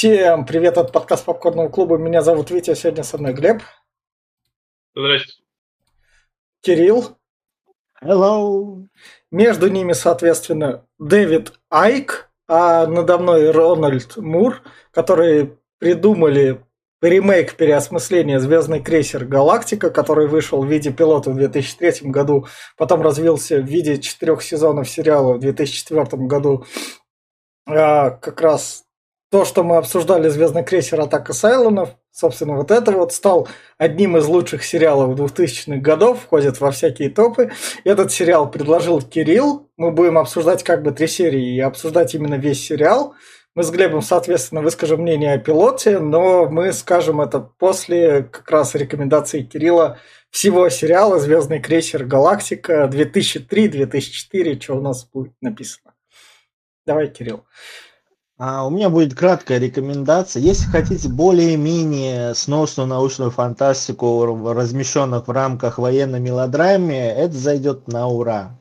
Всем привет от подкаста Попкорного клуба. Меня зовут Витя, сегодня со мной Глеб, Здрасте. Кирилл. Hello. Между ними, соответственно, Дэвид Айк, а надо мной Рональд Мур, которые придумали ремейк переосмысления «Звездный крейсер Галактика», который вышел в виде пилота в 2003 году, потом развился в виде 4 сезонов сериала в 2004 году. Как раз то, что мы обсуждали, «Звездный крейсер. Атака Сайлонов», собственно, вот это вот стал одним из лучших сериалов 2000-х годов, входит во всякие топы. Этот сериал предложил Кирилл. Мы будем обсуждать как бы 3 серии и обсуждать именно весь сериал. Мы с Глебом, соответственно, выскажем мнение о пилоте, но мы скажем это после как раз рекомендации Кирилла всего сериала «Звездный крейсер Галактика» 2003-2004, что у нас будет написано. Давай, Кирилл. У меня будет краткая рекомендация. Если хотите более-менее сносную научную фантастику, размещенных в рамках военной мелодрамы, это зайдет на ура.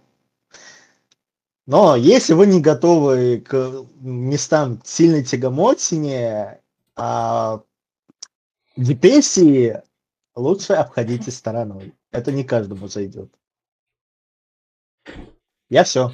Но если вы не готовы к местам сильной тягомотине, депрессии, лучше обходите стороной. Это не каждому зайдет. Я все.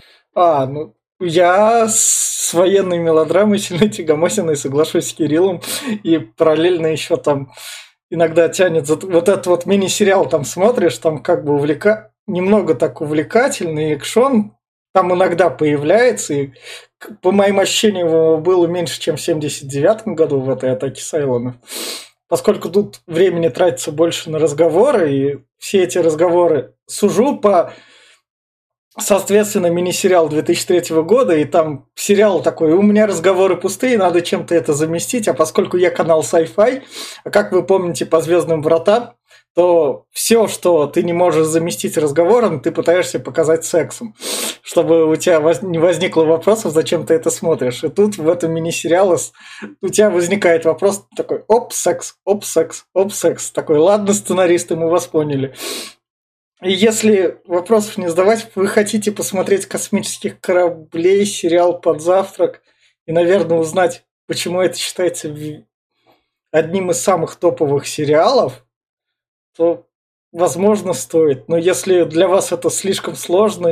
Я с военной мелодрамой сильно тягомотиной соглашусь с Кириллом. И параллельно еще там иногда тянет за вот этот вот мини-сериал там смотришь, там как бы немного так увлекательный экшон там иногда появляется. И по моим ощущениям его было меньше, чем в 79 году в этой «Атаке Сайлонов». Поскольку тут времени тратится больше на разговоры, и все эти разговоры сужу по... Соответственно, мини-сериал 2003 года, и там сериал такой, у меня разговоры пустые, надо чем-то это заместить, а поскольку я канал Sci-Fi, а как вы помните по «Звездным вратам», то все, что ты не можешь заместить разговором, ты пытаешься показать сексом, чтобы у тебя не возникло вопросов, зачем ты это смотришь. И тут в этом мини-сериале у тебя возникает вопрос такой, оп, секс, оп, секс, оп, секс. Такой, ладно, сценаристы, мы вас поняли. И если вопросов не задавать, вы хотите посмотреть «Космических кораблей», сериал «Под завтрак» и, наверное, узнать, почему это считается одним из самых топовых сериалов, то, возможно, стоит. Но если для вас это слишком сложно,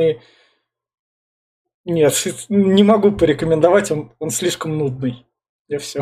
нет, не могу порекомендовать, он слишком нудный. И все.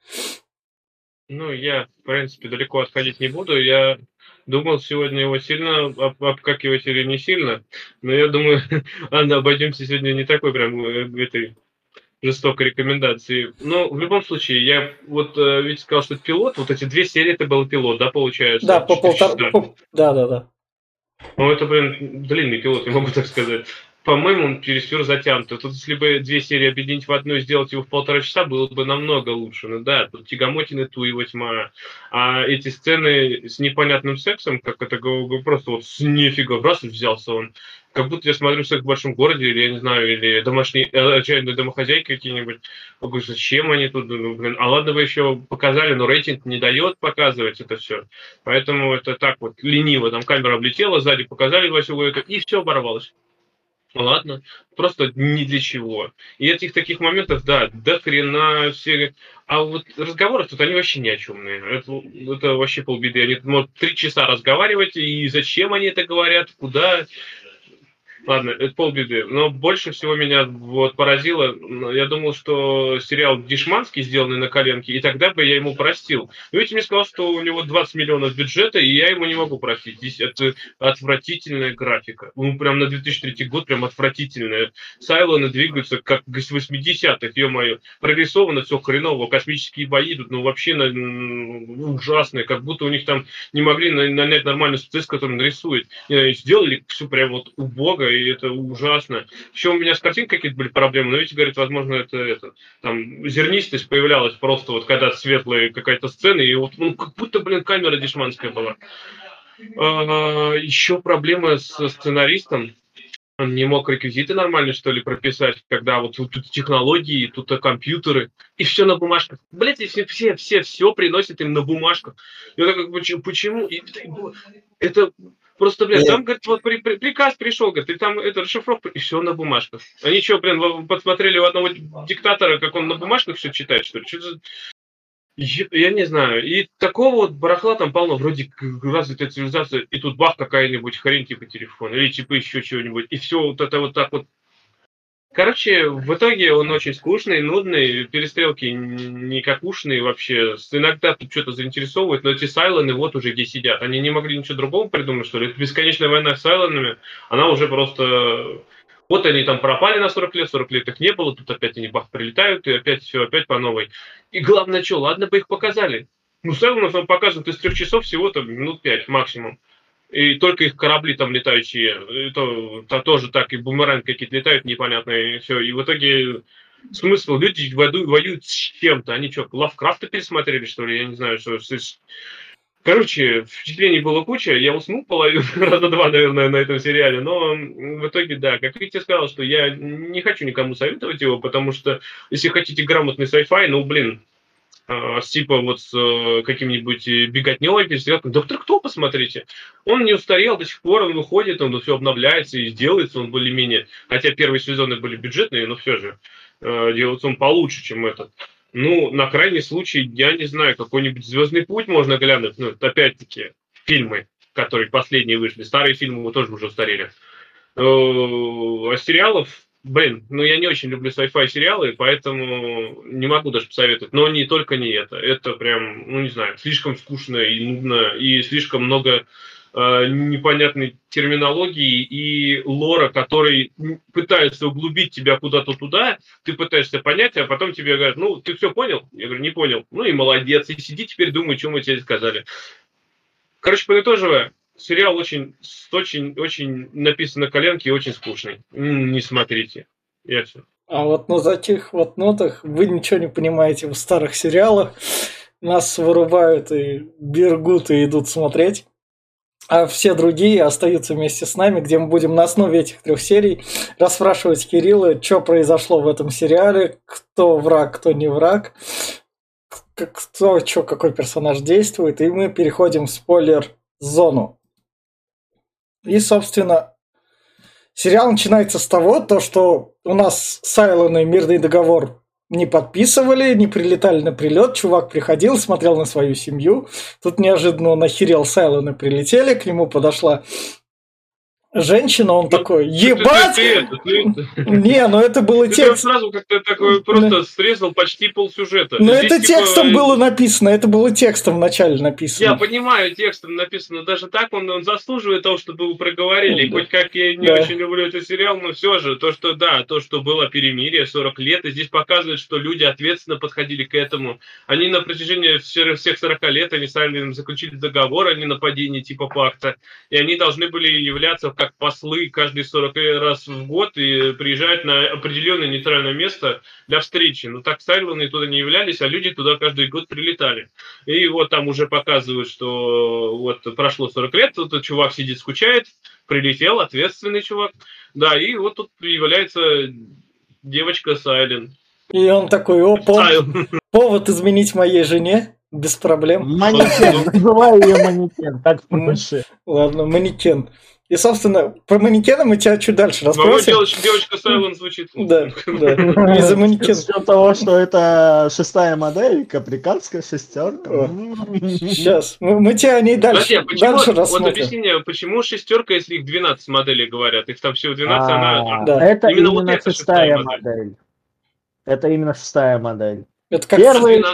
Я, в принципе, далеко отходить не буду. Я думал сегодня его сильно обкакивать или не сильно, но я думаю, обойдемся сегодня не такой прям этой жестокой рекомендации. Но в любом случае, я ведь сказал, что это пилот, вот эти 2 серии это был пилот, да, получается? Да, по 4 часа. полтора... Да. Это, длинный пилот, я могу так сказать. По-моему, он чересчур затянут. Тут, если бы 2 серии объединить в одну и сделать его в 1,5 часа, было бы намного лучше. Ну да, тут тягомотины, ту его тьма. А эти сцены с непонятным сексом, как это просто вот с нифига, раз взялся он. Как будто я смотрю «Секс в большом городе», или, я не знаю, или домашние, отчаянные домохозяйки какие-нибудь. Я говорю, зачем они тут? А ладно бы еще показали, но рейтинг не дает показывать это все. Поэтому это так вот лениво. Там камера облетела, сзади показали два силуэта, и все оборвалось. Ладно, просто ни для чего. И этих таких моментов, да, до хрена все. А вот разговоры тут, они вообще ни о чем. Это вообще полбеды. Они могут 3 часа разговаривать, и зачем они это говорят, куда. Ладно, это полбеды. Но больше всего меня поразило, я думал, что сериал Дишманский, сделанный на коленке, и тогда бы я ему простил. Но ведь мне сказал, что у него 20 миллионов бюджета, и я ему не могу простить. Здесь это отвратительная графика. Прям на 2003 год прям отвратительная. Сайлоны двигаются как с 80-х, ё-моё. Прорисовано все хреново, космические бои идут, вообще ужасные, как будто у них там не могли нанять нормальный специалист, который нарисует. Сделали все прям вот убого, и это ужасно. Еще у меня с картинкой какие-то были проблемы, но ведь, говорят, возможно, это там зернистость появлялась просто вот когда светлая какая-то сцена, и как будто, камера дешманская была. Еще проблема со сценаристом. Он не мог реквизиты нормально, что ли, прописать, когда тут технологии, тут компьютеры, и все на бумажках. Блять, все приносят им на бумажках. Я так, почему? Это просто, там, говорит, приказ пришел, говорит, и там это расшифровка, и все на бумажках. Они что, подсмотрели у одного диктатора, как он на бумажках все читает, что ли? Я не знаю. И такого вот барахла там полно. Вроде развитая цивилизация, и тут бах, какая-нибудь хрень типа телефона. Или типа еще чего-нибудь. И все вот это вот так вот. Короче, в итоге он очень скучный, нудный, перестрелки никакушные вообще. Иногда тут что-то заинтересовывает, но эти Сайлоны вот уже где сидят. Они не могли ничего другого придумать, что ли? Это бесконечная война с Сайлонами, она уже просто... Вот они там пропали на 40 лет их не было, тут опять они бах прилетают, и опять все, опять по новой. И главное что, ладно бы их показали. Ну, Сайлонов нам показывают из 3 часов всего-то минут 5 максимум. И только их корабли там летающие, это тоже так, и бумеранги какие-то летают непонятные, и все. И в итоге смысл, люди воюют с чем-то. Они что, Лавкрафта пересмотрели, что ли? Я не знаю, что... Короче, впечатлений было куча. Я уснул половину, раза два, наверное, на этом сериале. Но в итоге, да, как Витя сказал, что я не хочу никому советовать его, потому что если хотите грамотный sci-fi, ну, блин, типа вот с каким-нибудь беготней, перестрелкой. Доктор Кто, посмотрите. Он не устарел до сих пор, он выходит, он все обновляется и делается он более-менее. Хотя первые сезоны были бюджетные, но все же делается он получше, чем этот. Ну, на крайний случай, я не знаю, какой-нибудь «Звездный путь» можно глянуть. Ну, опять-таки, фильмы, которые последние вышли. Старые фильмы тоже уже устарели. А сериалов, блин, ну я не очень люблю sci-fi сериалы, поэтому не могу даже посоветовать. Но не только не это. Это прям, ну не знаю, слишком скучно и нудно, и слишком много непонятной терминологии и лора, который пытается углубить тебя куда-то туда, ты пытаешься понять, а потом тебе говорят, ну, ты все понял? Я говорю, не понял. Ну и молодец, и сиди теперь думай, что мы тебе сказали. Короче, подытоживая, сериал очень написан на коленке и очень скучный. Не смотрите. Я все. А вот на таких вот нотах вы ничего не понимаете в старых сериалах. Нас вырубают и бергут и идут смотреть. А все другие остаются вместе с нами, где мы будем на основе этих 3 серий расспрашивать Кирилла, что произошло в этом сериале, кто враг, кто не враг, кто, что, какой персонаж действует, и мы переходим в спойлер-зону. И, собственно, сериал начинается с того, то, что у нас Сайлоны мирный договор не подписывали, не прилетали на прилет. Чувак приходил, смотрел на свою семью. Тут неожиданно он охерел, Сайлоны прилетели, к нему подошла женщина, он такой, ебать! Не, ну это было текст. Ты сразу как-то такой просто срезал почти полсюжета. Ну это текстом было написано, это было текстом вначале написано. Я понимаю, текстом написано, даже так он заслуживает того, чтобы вы проговорили. Хоть как я не очень люблю этот сериал, но все же, то, что было перемирие 40 лет, и здесь показывает, что люди ответственно подходили к этому. Они на протяжении всех 40 лет, они сами заключили договор о ненападении типа пакта, и они должны были являться как послы каждые 40 раз в год и приезжать на определенное нейтральное место для встречи. Но так Сайлоны туда не являлись, а люди туда каждый год прилетали. И вот там уже показывают, что вот прошло 40 лет, тут чувак сидит, скучает, прилетел, ответственный чувак. Да, и вот тут является девочка Сайлен. И он такой, повод изменить моей жене. Без проблем. Манекен, называй ее манекен, так проще. Ладно, манекен. И, собственно, про манекена мы тебя чуть дальше расспросим. Девочка Сайлен звучит. Да. Из-за манекена. С учетом того, что это 6-я модель, каприканская шестерка. Сейчас, мы тебя о ней дальше рассмотрим. Вот объясни мне, почему шестерка, если их 12 моделей говорят? Их там всего 12, это именно 6-я модель. Это именно 6-я модель. Первые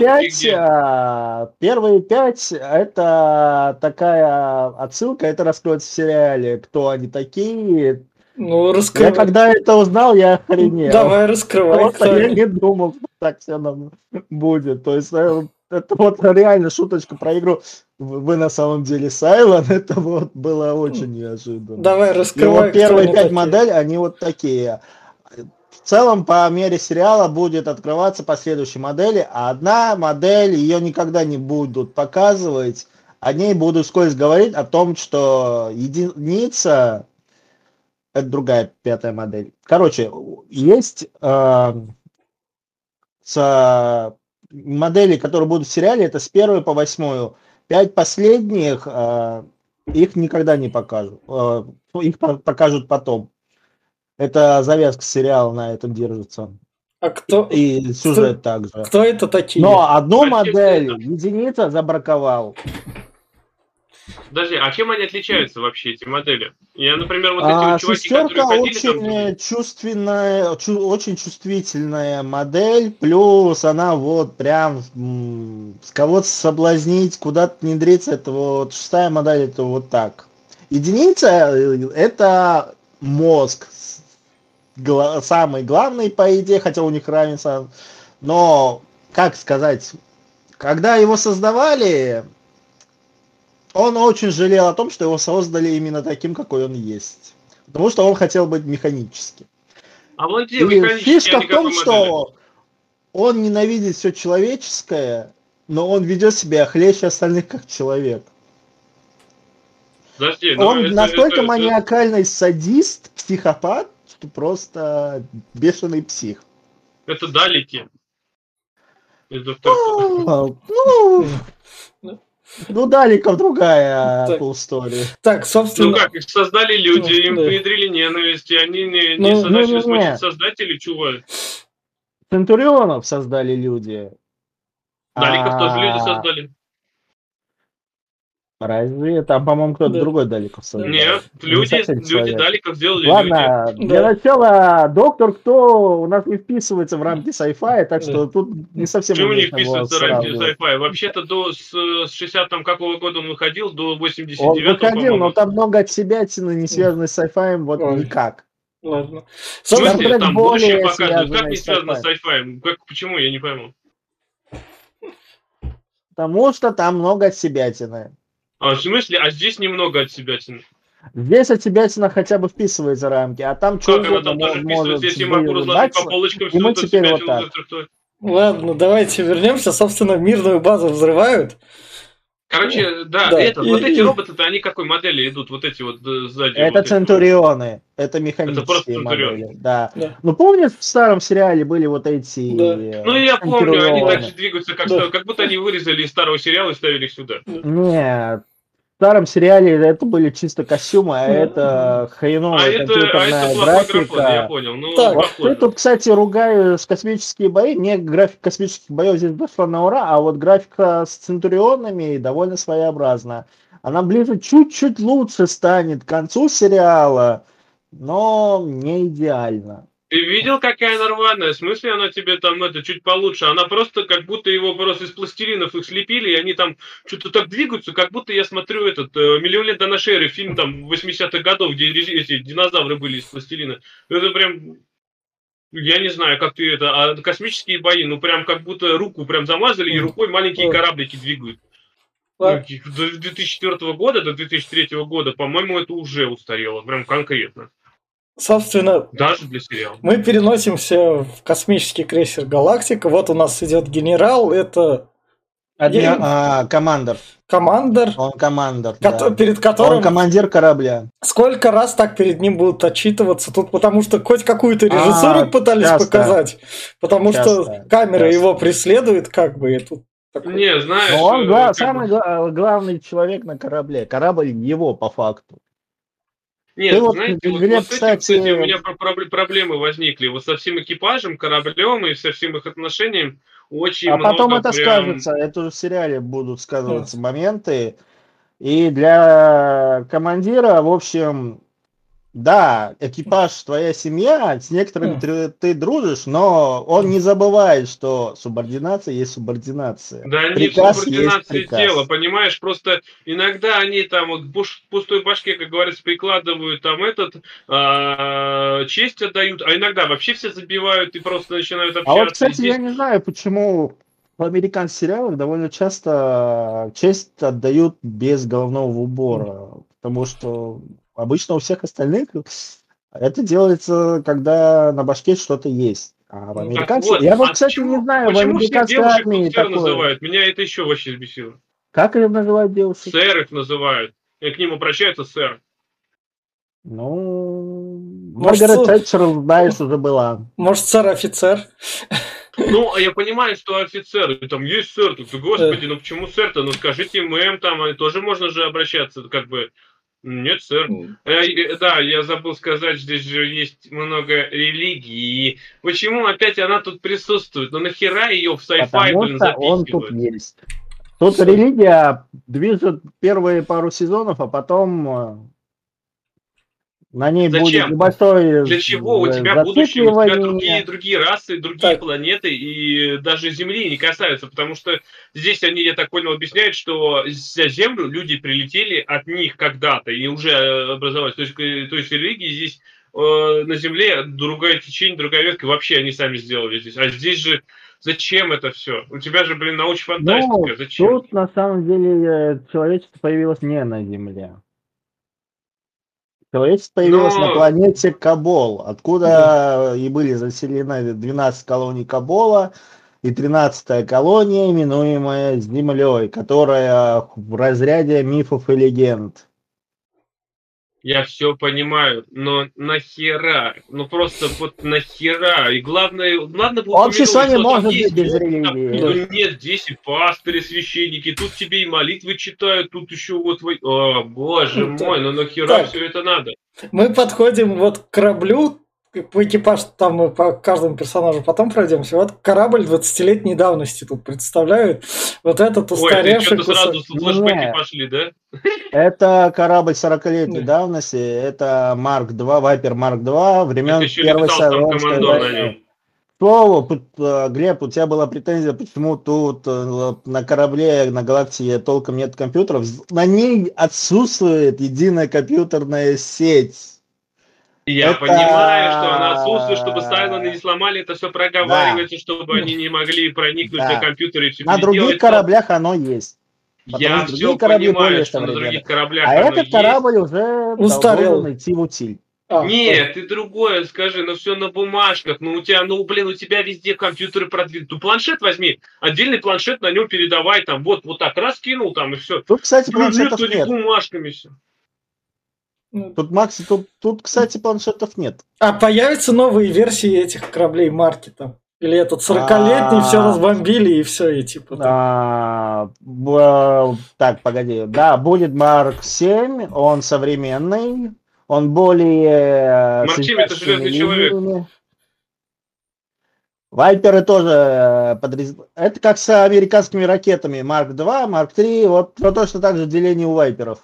5 это такая отсылка, это раскроется в сериале, кто они такие. Ну, раскрывай. Я когда это узнал, я охренел. Давай, раскрывай. Я не думал, что так все нам будет. То есть это вот реально шуточка про игру. Вы на самом деле Сайлон, это вот было очень неожиданно. Давай, раскрывай. Вот первые 5 моделей, они вот такие. В целом, по мере сериала будет открываться последующие модели, а одна модель, ее никогда не будут показывать, о ней будут вскользь говорить о том, что единица, это другая 5-я модель. Короче, есть модели, которые будут в сериале, это с 1 по 8. 5 последних, их никогда не покажут, их покажут потом. Это завязка сериала на этом держится. А кто, И сюжет также. кто это такие? Но одну Вообще, модель да. единица забраковал. Подожди, а чем они отличаются вообще, эти модели? Я, например, вот эти вот чуваки, Шестерка которые ходили там... очень чувственная, очень чувствительная модель, плюс она вот прям кого-то соблазнить, куда-то внедриться, это вот шестая модель, это вот так. Единица это мозг, самый главный по идее, хотя у них равенство, но как сказать, когда его создавали, он очень жалел о том, что его создали именно таким, какой он есть. Потому что он хотел быть механическим. А вон те И механические, фишка они в том, какой модели? что он ненавидит все человеческое, но он ведет себя хлеще остальных как человек. Подожди, ну Он настолько маниакальный садист, психопат, что просто бешеный псих. это далеки. Ну, Даликов другая Так. полстори. Так, собственно... Ну как, их создали люди, им Да. внедрили ненависть, и они не Ну, начали не. смотреть создателей, чувак. Центурионов создали люди. Даликов тоже люди создали. Разве? Там, по-моему, кто-то Да. другой Даликов создал. Нет, Не люди совсем человек. Даликов сделали Ладно, люди. для Да. начала Доктор Кто у нас не вписывается в рамки sci-fi, так что тут не совсем Почему не уместно его вписывается раньше сравнивать. sci-fi? Вообще-то с 60 там какого года он выходил, до 89-го, Он выходил, по-моему. но там много от себятины, не связанной с sci-fi, вот Ой. никак. Ладно. В смысле, Star Trek там более будущее показывают, как связанный не с связано sci-fi. с sci-fi? Почему, я не пойму. Потому что там много от себятины. А в смысле, а здесь немного от себя тянет. Здесь от себятина хотя бы вписывается в рамки, а там что Как она угодно там тоже может вписывается, если я могу разложить по полочкам и все мы это теперь себя вот так. Ладно, давайте вернемся. Собственно, мирную базу взрывают. Короче, да, Да, вот эти роботы-то, они какой модели идут, вот эти вот сзади? Это вот эти центурионы, это просто механические центурион. модели. Да. Да. Ну помнишь, в старом сериале были вот эти Да. Ну, я помню, они так же центурионы? двигаются, Да. как будто они вырезали из старого сериала и ставили их сюда. Нет, в старом сериале это были чисто космы, а это хреновая это компьютерная плохой графон, я графика. понял. Ну, Так. Вот похоже. ты тут, кстати, ругаешь космические бои. Мне графика космических боев здесь вышла на ура, а вот графика с центурионами довольно своеобразна. Она ближе чуть-чуть лучше станет к концу сериала, но не идеально. Ты видел, какая она рваная? В смысле, она тебе там чуть получше? Она просто как будто его просто из пластилинов их слепили, и они там что-то так двигаются, как будто я смотрю «Миллион лет до нашей эры», фильм там 80-х годов, где эти динозавры были из пластилина. Это прям... Я не знаю, как ты это... А космические бои, ну прям как будто руку прям замазали, и рукой маленькие кораблики двигают. Ладно. До 2004 года, до 2003 года, по-моему, это уже устарело, прям конкретно. Собственно, Даже для сериала. мы переносимся в космический крейсер «Галактика». Вот у нас идет генерал, это Командор. командор, Он командор, да. перед которым... Он командир корабля. Сколько раз так перед ним будут отчитываться тут, потому что хоть какую-то режиссуру пытались часто. показать, потому что камера часто. его преследует, как бы, и тут такой... Не, знаешь... Но он самый главный человек на корабле. Корабль его, по факту. Нет, Ты вот, знаете, вот Глеб, с этим, кстати, у кстати, меня проблемы возникли. Вот со всем экипажем, кораблем и со всем их отношением очень много потом это прям... скажется, это уже в сериале будут сказываться моменты. И для командира, в общем, да, экипаж твоя семья, с некоторыми ты дружишь, но он не забывает, что субординация есть субординация. Да Приказ не субординация есть приказ. дело, понимаешь, просто иногда они там вот в пустой башке, как говорится, прикладывают там честь отдают, а иногда вообще все забивают и просто начинают общаться. А вот, кстати, я не знаю, почему в американских сериалах довольно часто честь отдают без головного убора, потому что обычно у всех остальных это делается, когда на башке что-то есть. А в американцах... Вот. Я вот, кстати, не знаю, в американской армии сэр такое... называют? Меня это еще вообще взбесило. Как их называют девушек? Сэр их называют. И к ним обращаются сэр. Ну... Маргарет Тэтчер, знаешь, уже была. Может, сэр-офицер? Ну, я понимаю, что офицеры, там есть сэр, тут, господи, ну почему сэр-то? Ну скажите мэм, там тоже можно же обращаться, как бы. Нет, сэр. Да, я забыл сказать, здесь же есть много религий. И почему опять она тут присутствует? Ну нахера ее в sci-fi, Потому что он тут запихивают? есть. Тут религия движет первые пару сезонов, а потом на ней будет Зачем? небольшое Для чего? У тебя будущее, у тебя зацикливание. другие расы, другие планеты, и даже Земли не касаются, потому что здесь они, я так понял, объясняют, что за Землю люди прилетели от них когда-то и уже образовались. То есть религии здесь на Земле другое течение, другая ветка, вообще они сами сделали здесь. А здесь же зачем это все? У тебя же, блин, научно-фантастика. Зачем? Тут на самом деле человечество появилось не на Земле. Человечество появилось на планете Кабол, откуда и были заселены 12 колоний Кабола, и 13-я колония, именуемая Землей, которая в разряде мифов и легенд. Я все понимаю, но нахера? Ну просто вот нахера? И главное, ладно бы Общество не что может там быть есть без Бог, религии. но нет, здесь и пастыри, священники, тут тебе и молитвы читают, тут еще вот... О, боже мой, ну нахера все это надо? Мы подходим вот к кораблю, по экипаж, там мы по каждому персонажу потом пройдемся. Вот корабль 20-летней давности тут представляют. Вот этот устаревший кусок. Сразу флешбеки пошли, да? Это корабль 40-летней давности, это Марк 2, Вайпер Марк 2, времен Первой Солонской войны. Слово, Глеб, у тебя была претензия, почему тут на корабле, на галактике толком нет компьютеров. На ней отсутствует единая компьютерная сеть. Я понимаю, что она отсутствует, чтобы Сайлоны не сломали, это все проговаривается, чтобы они не могли проникнуть на компьютеры и все на других кораблях оно есть. Я все понимаю, что на других кораблях оно есть. А этот корабль уже устарел. Идти в утиль. Нет, ты другое скажи, но все на бумажках. Ну, у тебя везде компьютеры продвинуты. Ну, планшет возьми, отдельный планшет, на нем передавай, там, вот так раз кинул, там, и все. Тут, кстати, планшетов нет. Бумажками все. Тут, Макс, тут, кстати, планшетов нет. А появятся новые версии этих кораблей марки там? Или этот 40-летний все разбомбили и все, и типа... Так, погоди. Да, будет Марк 7, он современный. Он более... Марк 7 это железный человек. Вайперы тоже это как с американскими ракетами. Марк 2, Марк 3. Вот точно так же деление у Вайперов.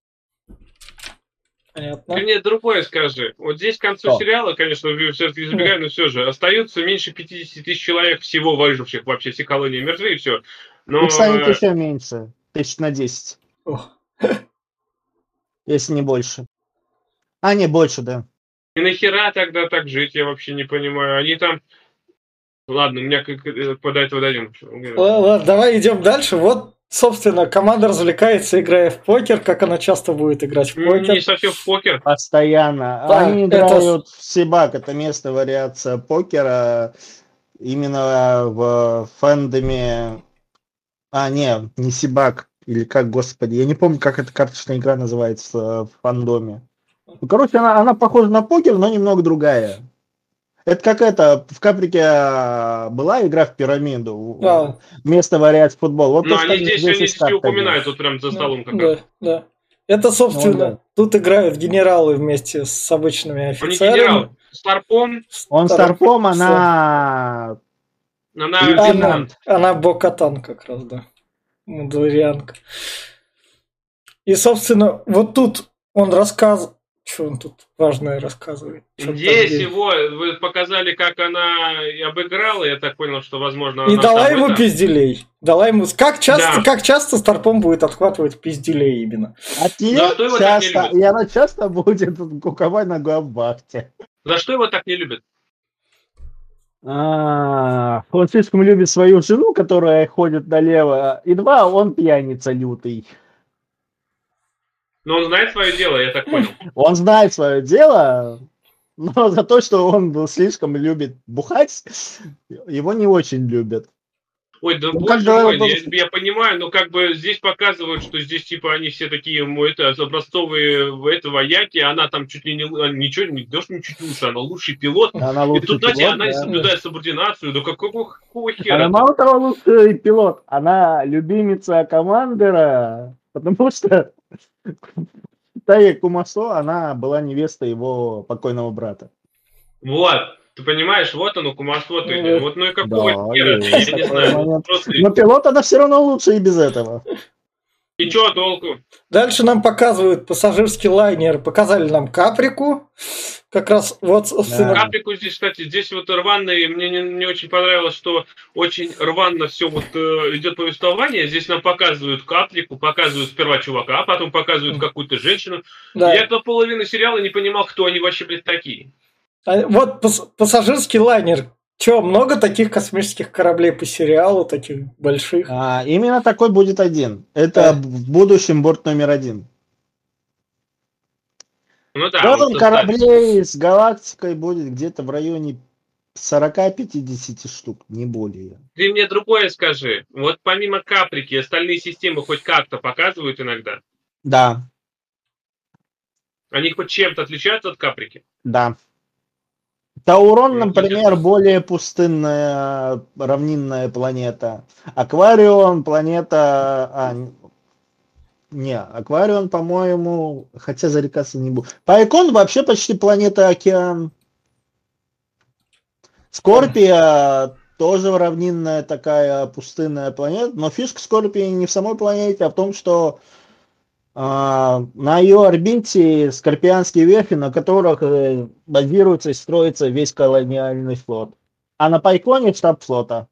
Понятно. Ты мне другое скажи. Вот здесь к концу сериала, конечно, все-таки забегаю, но все же, остается меньше 50 тысяч человек всего выживших, вообще все колонии мертвы и все. Но... Их станет еще меньше. 10 на 10. Если не больше. Не больше, да. И нахера тогда так жить, я вообще не понимаю. Они там... Ладно, у меня до этого дойдем. Ладно, давай идем дальше. Вот, собственно, команда развлекается, играя в покер. Как она часто будет играть в покер? Не совсем в покер. Постоянно. Да, они играют в Сибак. Это местная вариация покера. Именно в фэндоме... не Сибак. Или как, господи. Я не помню, как эта карточная игра называется в фандоме. Ну, короче, она похожа на покер, но немного другая. Это как в Каприке была игра в пирамиду. Да. Вместо вариации футбол. Вот они здесь упоминают тут прям за столом как раз. Да. Это, собственно, тут играют генералы вместе с обычными офицерами. Он генерал. Старпом. Он Старпом, она лейтенант. Она Бо-Катан как раз, да. Мудларианка. И, собственно, вот тут он рассказывает. Что он тут важное рассказывает? Здесь его, вы показали, как она обыграла, я так понял, что, возможно, она... И дала ему пизделей. Дала ему... Как часто Старпом будет отхватывать пизделей именно? От нее часто, и она часто будет куковать на гуабахте. За что его так не любят? Он слишком любит свою жену, которая ходит налево, и он пьяница лютый. Но он знает свое дело, я так понял. Он знает свое дело, но за то, что он слишком любит бухать, его не очень любят. Ой, да боже мой, я понимаю, но как бы здесь показывают, что здесь типа они все такие, образцовые вояки, она там чуть ли ничего не лучше, она лучший пилот. И тут, знаете, она соблюдает субординацию, да какого хера? Она мало того лучший пилот, она любимица командира, потому что Тая Кумасо, она была невестой его покойного брата. Вот. Ты понимаешь, вот оно, кумовство. Вот, ну и какого Да, хера, есть я не такой знаю. момент. Просто... Но пилот она все равно лучше и без этого. И чё толку? Дальше нам показывают пассажирский лайнер. Показали нам Каприку. Как раз вот... Да. Каприку здесь, кстати, здесь вот рвано, и мне не очень понравилось, что очень рвано все вот идет повествование. Здесь нам показывают Каприку, показывают сперва чувака, а потом показывают какую-то женщину. Да. Я до половины сериала не понимал, кто они вообще, блядь, такие. Вот пассажирский лайнер. Че, много таких космических кораблей по сериалу, таких больших? Именно такой будет один. Это в будущем борт номер 1. Ну да. Вот вот он тут кораблей с галактикой будет где-то в районе 40-50 штук, не более. Ты мне другое скажи. Вот помимо Каприки, остальные системы хоть как-то показывают иногда? Да, Они хоть чем-то отличаются от Каприки? да. Таурон, Ну, например, более пустынная, равнинная планета. Акварион, планета... Не, Акварион, по-моему, хотя зарекаться не буду. Пайкон вообще почти планета океан. Скорпия тоже равнинная такая пустынная планета, но фишка Скорпии не в самой планете, а в том, что на ее орбите скорпионские верфи, на которых базируется и строится весь колониальный флот. А на Пайконе штаб флота.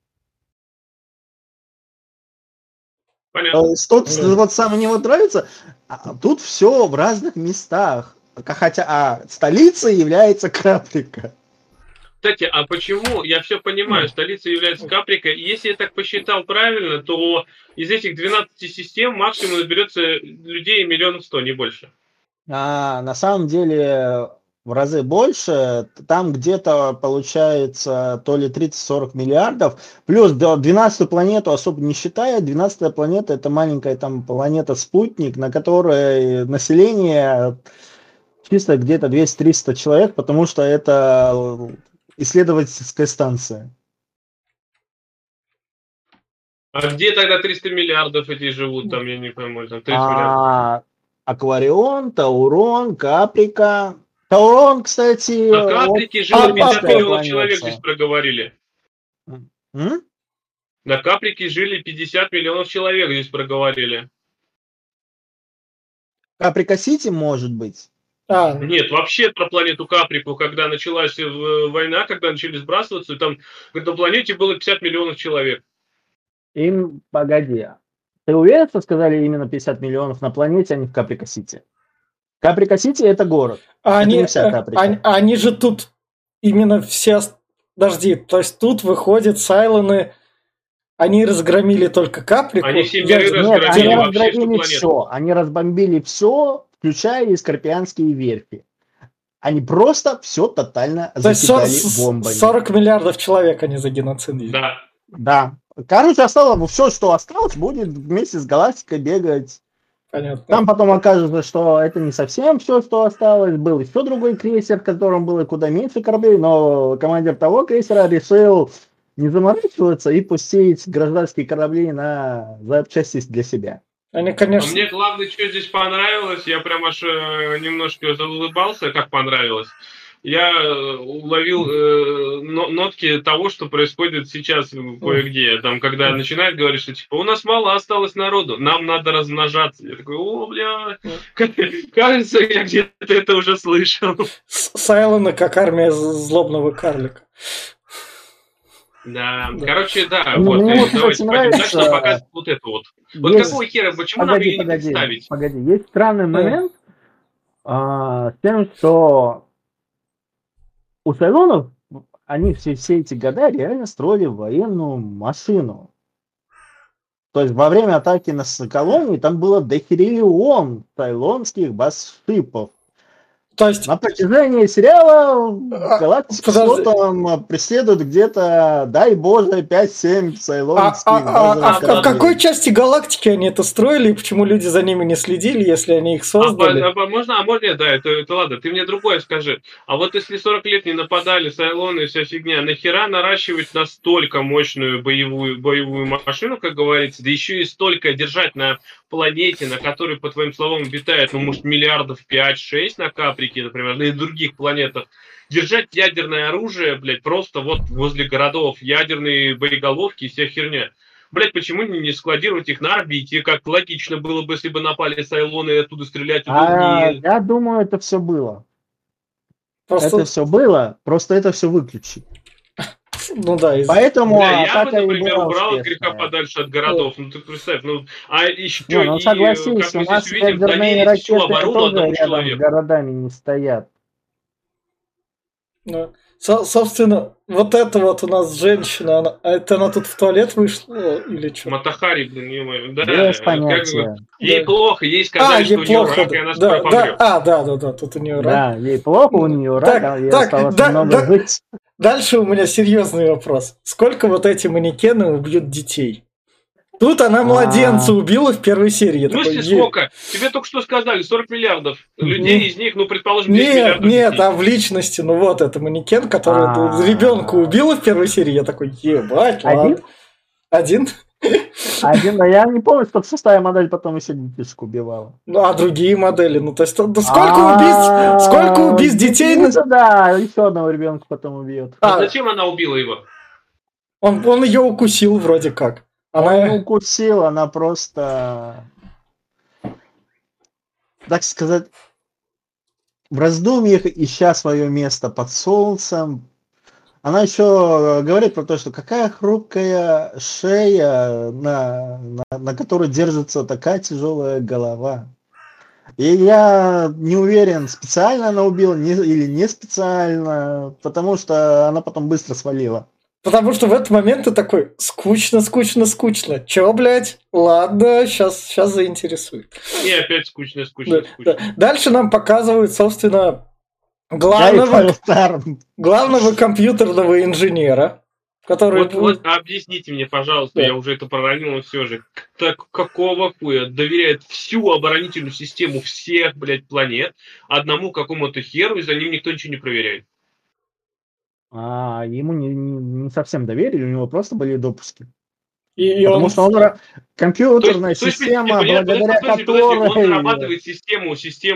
Понятно. Тут вот самое мне вот нравится, тут все в разных местах. Хотя столицей является Каприка. Кстати, а почему, я все понимаю, столицей является Каприка, и если я так посчитал правильно, то из этих 12 систем максимум наберется людей 1 100 000, не больше. На самом деле в разы больше, там где-то получается то ли 30-40 миллиардов, плюс 12-ю планету особо не считая, 12-я планета это маленькая там планета-спутник, на которой население чисто где-то 200-300 человек, потому что это исследовательская станция. А где тогда 300 миллиардов эти живут, там, я не пойму, там 30 миллиардов? Акварион, Таурон, Каприка. Таурон, кстати... На Каприке жило 50 миллионов человек, здесь проговорили. На Каприке жили 50 миллионов человек, здесь проговорили. Каприка-Сити, может быть? Нет, вообще про планету Каприку, когда началась война, когда начали сбрасываться, там на планете было 50 миллионов человек. Погоди. Ты уверен, что сказали именно 50 миллионов на планете, а не в Каприка-Сити? Каприка-Сити это город. Они же тут именно все... Подожди, то есть тут выходят Сайлоны, они разгромили только Каприку? Они все миры разгромили вообще всю планету. Все. Они разбомбили все, включая и скорпионские верфи. Они просто все тотально закидали бомбами. 40 миллиардов человек они за геноцид. Да. Короче, осталось все, что осталось, будет вместе с галактикой бегать. Понятно. Там потом окажется, что это не совсем все, что осталось. Был еще другой крейсер, в котором было куда меньше кораблей, но командир того крейсера решил не заморачиваться и пустить гражданские корабли на запчасти для себя. Они, конечно... А мне главное, что здесь понравилось, я прям аж немножко заулыбался, как понравилось. Я уловил нотки того, что происходит сейчас кое-где. Там, когда начинают говорить, что типа у нас мало осталось народу, нам надо размножаться. Я такой, бля, кажется, я где-то это уже слышал. Сайлоны как армия злобного карлика. Да, короче, да, вот, давайте пойдем дальше, нам показывают вот это вот. Вот какого хера, почему нам ее не представить? Погоди, есть странный момент с тем, что у Сайлонов они все эти года реально строили военную машину. То есть во время атаки на колонии там было дохериллион сайлонских басшипов. То есть... На протяжении сериала галактику флотом преследуют где-то, дай боже, 5-7 сайлонских. В какой части галактики они это строили, и почему люди за ними не следили, если они их создали? Можно, да, это ладно, ты мне другое скажи. А вот если 40 лет не нападали сайлоны и вся фигня, нахера наращивать настолько мощную боевую машину, как говорится, да еще и столько держать на планете, на которой, по твоим словам, обитает, ну, может, миллиардов 5-6 на Каприке, например, и других планетах, держать ядерное оружие, блядь, просто вот возле городов, ядерные боеголовки и вся херня. Блядь, почему не складировать их на орбите, как логично было бы, если бы напали Сайлоны и оттуда стрелять в другие? Я думаю, это все было. Просто, Это все было, просто это все выключить. ну да, Поэтому Бля, я бы, атака и например, была убрал от греха успешная. подальше от городов. Ну, ты представь, ну, а еще Не, ну и, согласись, как мы у нас здесь увидим, ядерные доверить всю ракеты оборону тоже одному рядом с человеку. городами не стоят. ну, собственно, вот эта вот у нас женщина, она тут в туалет вышла или что? Матахари, блин, ё-моё, да, Без как понятия. ей Да. плохо, ей сказали, что ей у нее плохо, рак, и она да, скоро помрет. да, тут у нее рак. Да, ей плохо, у нее рак, а ей осталось немного жить. Дальше у меня серьезный вопрос. Сколько вот эти манекены убьют детей? Тут она младенца убила в первой серии. Я В смысле, такой, сколько? Тебе только что сказали, 40 миллиардов людей, из них, ну, предположим, 10 Нет, миллиардов детей. а в личности, ну вот, это манекен, который ребенка убила в первой серии. Я такой, ебать, ладно. Один? Один, а я не помню, что шестая модель потом еще детишек убивала. Ну, а другие модели? Ну, то есть, сколько убийств детей? Да, еще одного ребенка потом убьет. А зачем она убила его? Он ее укусил вроде как. Он не укусил, она просто, так сказать, в раздумьях, ища свое место под солнцем. Она еще говорит про то, что какая хрупкая шея, на которой держится такая тяжелая голова. И я не уверен, специально она убила или не специально, потому что она потом быстро свалила. Потому что в этот момент ты такой, скучно. Чё, блядь? Ладно, сейчас заинтересует. И опять скучно. Да. Дальше нам показывают, собственно, главного компьютерного инженера, который... Вот объясните мне, пожалуйста, я уже это проронил, но все же, так какого хуя доверяет всю оборонительную систему всех, блядь, планет одному какому-то херу, и за ним никто ничего не проверяет? Ему не совсем доверили, у него просто были допуски. Потому что он компьютерная система, благодаря которой... Он нарабатывает систему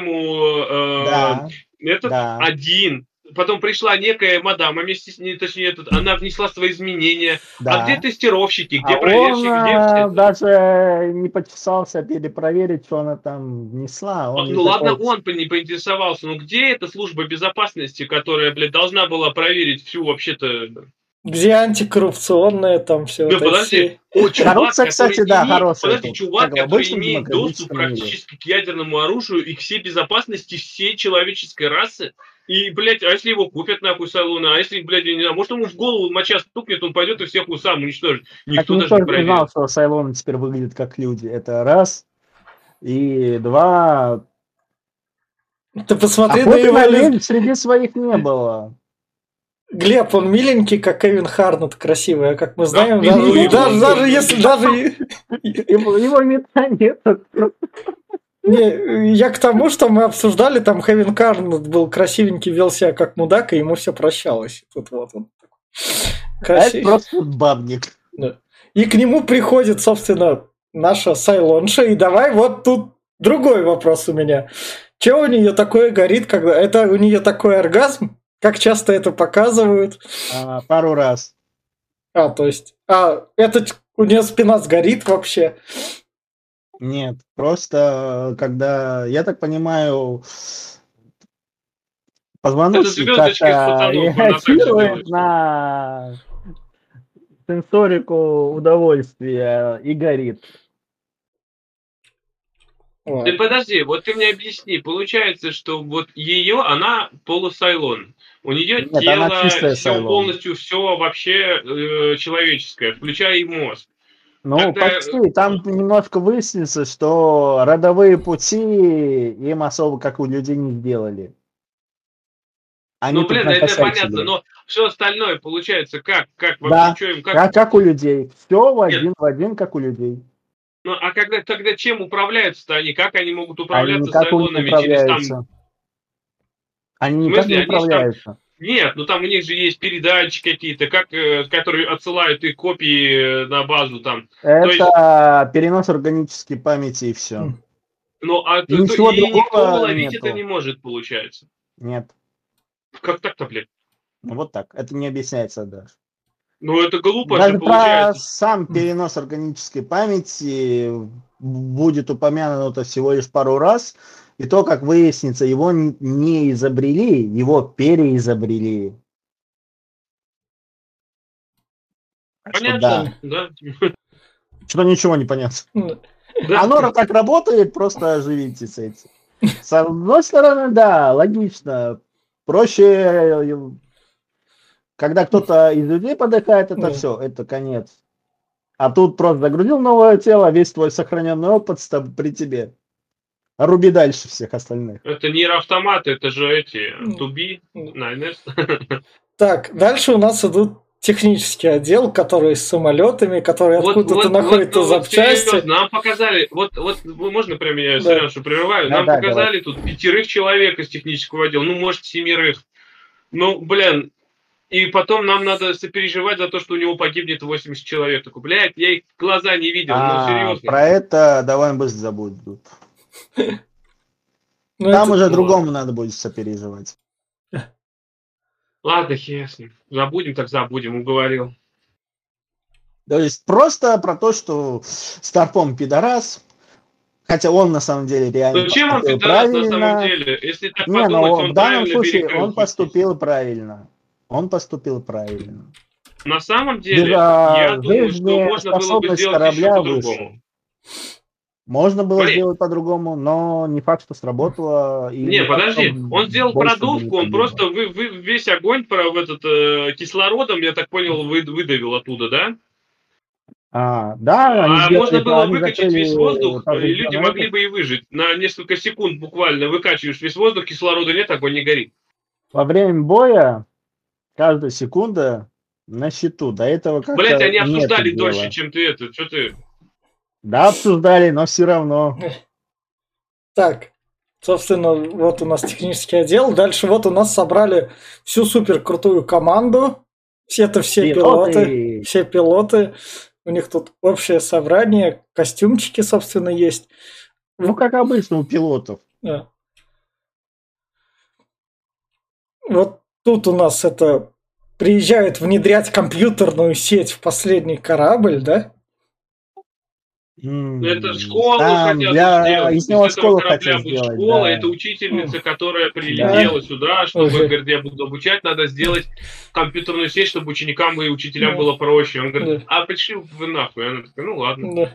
один. Потом пришла некая мадама вместе с ней, точнее, она внесла свои изменения. Да. А где тестировщики, где проверщики? Он даже не почесался перепроверить, что она там внесла. Ладно, он не поинтересовался. Но где эта служба безопасности, которая, блядь, должна была проверить всю вообще-то... Где антикоррупционное там все. Да подожди, коррупция, кстати, да, хорошая. Подожди, чувак, который имеет доступ практически к ядерному оружию и к всей безопасности всей человеческой расы. И, блядь, а если его купят нахуй Сайлона, а если, блядь, я не знаю, может ему в голову моча стукнет, он пойдет и всех сам уничтожит. Никто даже не проверит. знал, что Сайлоны теперь выглядят как люди. Это раз. И два. Ты посмотри на его... Среди своих не было. Глеб, он миленький, как Кевин Харнет, красивый, а как мы знаем, даже если... Его мета нет. Не, я к тому, что мы обсуждали, там Кевин Харнет был красивенький, вел себя как мудак, и ему все прощалось. Тут вот он. Это просто бабник. Да. И к нему приходит, собственно, наша Сайлонша, и давай вот тут другой вопрос у меня. Че у нее такое горит, когда... Это у нее такой оргазм? Как часто это показывают? Пару раз. То есть... это у нее спина сгорит вообще? Нет, просто когда, я так понимаю, позвоночник как-то реагирует на сенсорику удовольствия и горит. Ты подожди, вот ты мне объясни, получается, что вот ее, она полусайлон. У нее тело, все полностью все вообще человеческое, включая и мозг. Почти. Там немножко выяснится, что родовые пути им особо, как у людей, не сделали. Это понятно, но все остальное получается как вообще, как у людей. Все в один, как у людей. Ну, а тогда чем управляются-то они? Как они могут управляться Сайлонами через там... Они никак не управляются. Нет, ну там у них же есть передатчики какие-то, которые отсылают их копии на базу там. То есть, Это перенос органической памяти и все. ну, И ничего и никто другого уловить это нету. не может, получается. Нет. Как так-то, блядь? Ну вот так. Это не объясняется даже. Ну, это глупо же Даже про получается. сам перенос органической памяти будет упомянуто всего лишь пару раз. И то, как выяснится, его не изобрели, его переизобрели. Так что Понятно, да. да. Что ничего не понятно. Да. Оно так работает, просто оживитесь с этим. С одной стороны, да, логично. Проще, когда кто-то из людей подыхает, это Да. все, это конец. А тут просто загрузил новое тело, весь твой сохраненный опыт при тебе. Руби дальше всех остальных. Это нейроавтоматы, это же эти Туби, 9S. Так, дальше у нас идут технический отдел, который с самолетами, который откуда-то находит запчасти. Серьезно, нам показали, вот можно прям я Сережу прерываю, Да, нам да, показали тут 5 человек из технического отдела, ну, может, 7. Ну, блин, и потом нам надо сопереживать за то, что у него погибнет 80 человек. Такой, блядь, я их глаза не видел, ну, серьезно. Про это давай быстро забудут. Ну, Там это- уже другому надо будет сопереживать. Ладно, хер с ним. Забудем, так забудем, уговорил. То есть просто про то, что Старпом пидорас, хотя он на самом деле реально Ну, чем он поступил пидорас на самом деле? Если так Не, подумать, но он в данном правильно случае перекрыл он пути. поступил правильно. Он поступил правильно. На самом деле, я думаю, что жизненная можно было бы способность сделать еще корабля по-другому. Можно было Блин. сделать по-другому, но не факт, что сработало. И Не, факт, подожди, что он сделал больше продувку, будет он просто весь огонь кислородом, я так понял, выдавил оттуда, да? Да, они можно было они выкачать закрыли весь воздух, и поврежденное люди могли это. бы и выжить. На несколько секунд буквально выкачиваешь весь воздух, кислорода нет, огонь не горит. Во время боя каждая секунда на счету. До этого как-то Блять, они не обсуждали это дело. дольше, чем ты это. Что ты? Да, обсуждали, но все равно. Так, собственно, вот у нас технический отдел. Дальше вот у нас собрали всю супер крутую команду. Все пилоты. Все пилоты. У них тут общее собрание, костюмчики, собственно, есть. Ну, как обычно у пилотов. Да. Вот тут у нас это приезжают внедрять компьютерную сеть в последний корабль, да? Это школу Там хотят для... сделать. Из него Из этого школу корабля хотят будет сделать, школа, да. это учительница, которая прилетела сюда, чтобы, говорит, я буду обучать, надо сделать компьютерную сеть, чтобы ученикам и учителям было проще. Он говорит, а пришли вы нахуй. Она такая, ну ладно.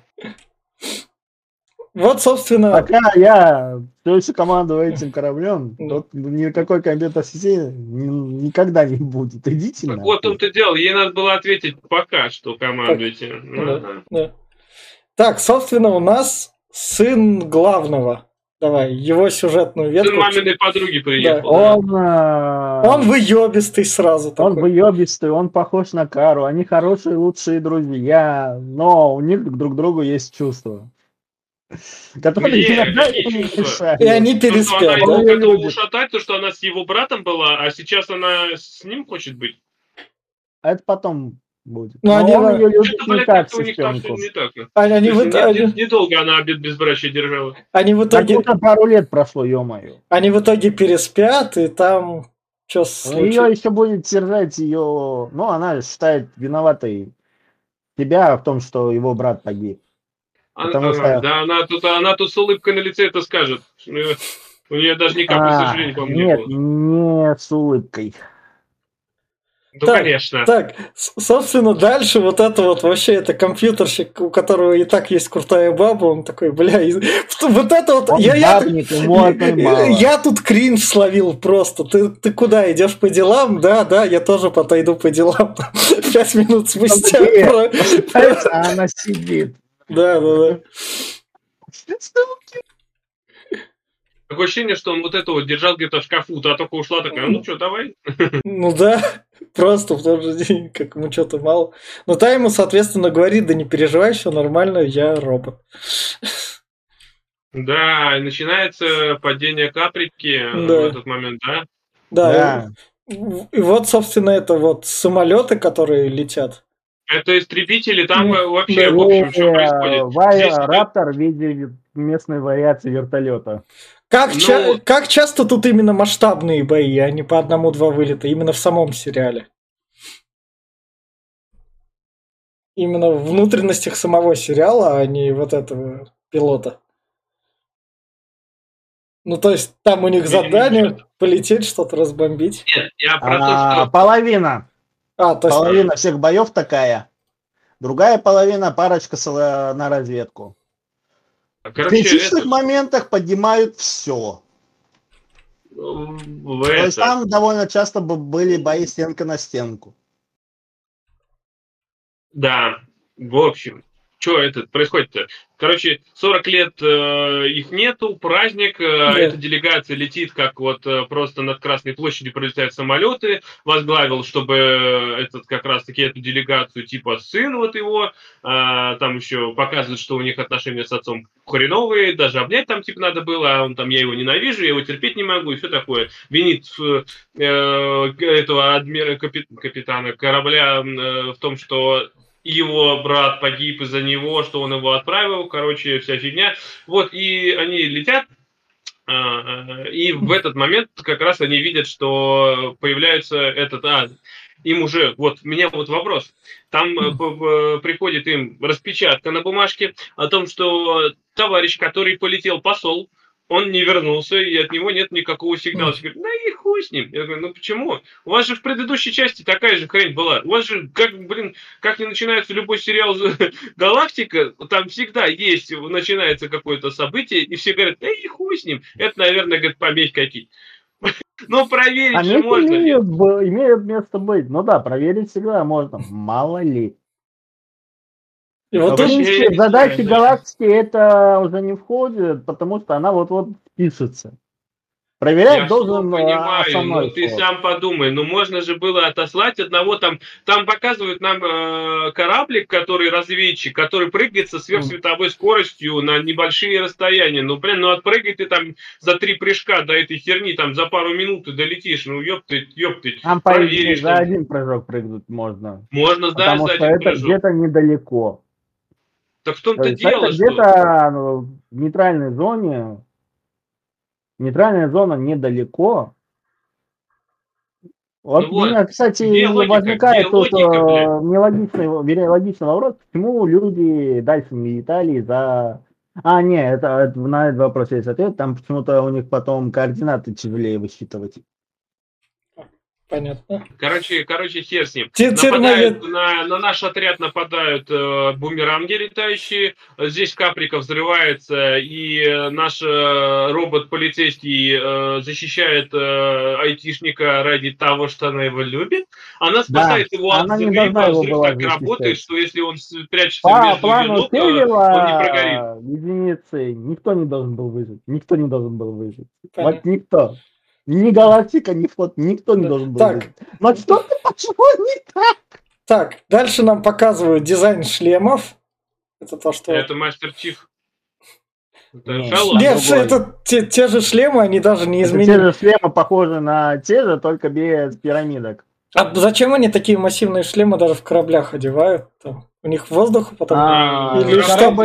Вот, собственно... Пока я все еще командую этим кораблем, тут никакой компьютер сети никогда не будет. Идите так вот в том-то дело, ей надо было ответить пока, что командуете. Да. Так, собственно, у нас сын главного. Давай, его сюжетную ветку. Сын маминой подруги приехал. Да. Он выебистый сразу такой. Он выебистый, он похож на Кару. Они хорошие, лучшие друзья, но у них друг к другу есть чувства. Которые иногда не мешают. И они переспят. Она его готова ушатать, то, что она с его братом была, а сейчас она с ним хочет быть. А это потом будет. Но они ее любят что-то, не как у них там сестренку. не так. Они Недолго она обед безбрачия держала. Они в итоге... Так пару лет прошло, ё-моё. Они в итоге переспят, и там... Что случилось? Ее еще будет держать ее... Ну, она считает виноватой себя в том, что его брат погиб. Да, она тут с улыбкой на лице это скажет. У нее даже ни капли сожаления, по-моему, не было. Нет, не с улыбкой. Да, конечно. Так, собственно, дальше вот это вот вообще это компьютерщик, у которого и так есть крутая баба, он такой, бля, вот это вот... Я тут кринж словил просто. Ты куда, идешь по делам? Да, я тоже подойду по делам. 5 минут спустя. Она сидит. Да. Такое ощущение, что он вот это вот держал где-то в шкафу, та только ушла такая, ну что, давай. Ну да, просто в тот же день, как ему что-то мало. Но та ему, соответственно, говорит, да не переживай, все нормально, я робот. Да, и начинается падение Каприки в этот момент, да? Да. И вот, собственно, это вот самолеты, которые летят. Это истребители, там вообще, да. в общем, что происходит? Здесь Раптор в виде местной вариации вертолета. Как часто тут именно масштабные бои, а не по одному-два вылета, именно в самом сериале? Именно в внутренностях самого сериала, а не вот этого пилота. Ну, то есть там у них задание полететь, что-то разбомбить. Нет, я про то, что... Половина. То есть... Половина всех боев такая. Другая половина парочка на разведку. В критичных моментах поднимают все. То есть там довольно часто были бои стенка на стенку. Да, в общем, что это происходит-то? Короче, 40 лет их нету, праздник, эта делегация летит, как вот просто над Красной площадью пролетают самолеты, возглавил, чтобы этот как раз-таки эту делегацию, типа сын вот его, там еще показывают, что у них отношения с отцом хреновые, даже обнять там типа надо было, а он там, я его ненавижу, я его терпеть не могу, и все такое. Винит этого капитана корабля в том, что его брат погиб из-за него, что он его отправил, короче, вся фигня. Вот, и они летят, и в этот момент как раз они видят, что появляется этот... им уже, вот, у меня вот вопрос. Там приходит им распечатка на бумажке о том, что товарищ, который полетел, посол, он не вернулся, и от него нет никакого сигнала. Все говорят, да и хуй с ним. Я говорю, ну почему? У вас же в предыдущей части такая же хрень была. У вас же, как не начинается любой сериал «Галактика», там всегда есть, начинается какое-то событие, и все говорят, да и хуй с ним. Это, наверное, говорит, помехи какие. Ну, проверить же можно. Имеют место быть. Ну да, проверить всегда можно. Мало ли. И вот в принципе, задачи галактики это уже не входит, потому что она вот-вот пишется. Проверять должен понимаю, но ты сам подумай, можно же было отослать одного там показывают нам кораблик, который разведчик, который прыгает со сверхсветовой скоростью на небольшие расстояния. Отпрыгай ты там за 3 прыжка до этой херни, там за пару минут ты долетишь, ёптыть. Там проверишь, за один прыжок прыгнуть можно. Можно, да, потому за что один это прыжок. Где-то недалеко. Так в том-то дело, что... где-то в нейтральной зоне. Нейтральная зона недалеко. Вот у меня, кстати, возникает тут нелогичный вопрос, почему люди дальше не летали за... Нет, на этот вопрос есть ответ, там почему-то у них потом координаты тяжелее высчитывать. Понятно. Короче, хер с ним. На наш отряд нападают бумеранги летающие. Здесь Каприка взрывается, и наш робот-полицейский защищает айтишника ради того, что она его любит. Она спасает его от взрыва. Взрыв так работает, что если он прячется между ее ног, он не прогорит. Единицы. Никто не должен был выжить. Вот никто. Ни галактика, ни флот, никто не должен был выжить. Но что-то пошло не так. Так, дальше нам показывают дизайн шлемов. Это то, что... Это Мастер Чиф. Нет, это те же шлемы, они даже не изменились. Те же шлемы похожи на те же, только без пирамидок. А зачем они такие массивные шлемы даже в кораблях одевают? Там, у них воздух потом... Или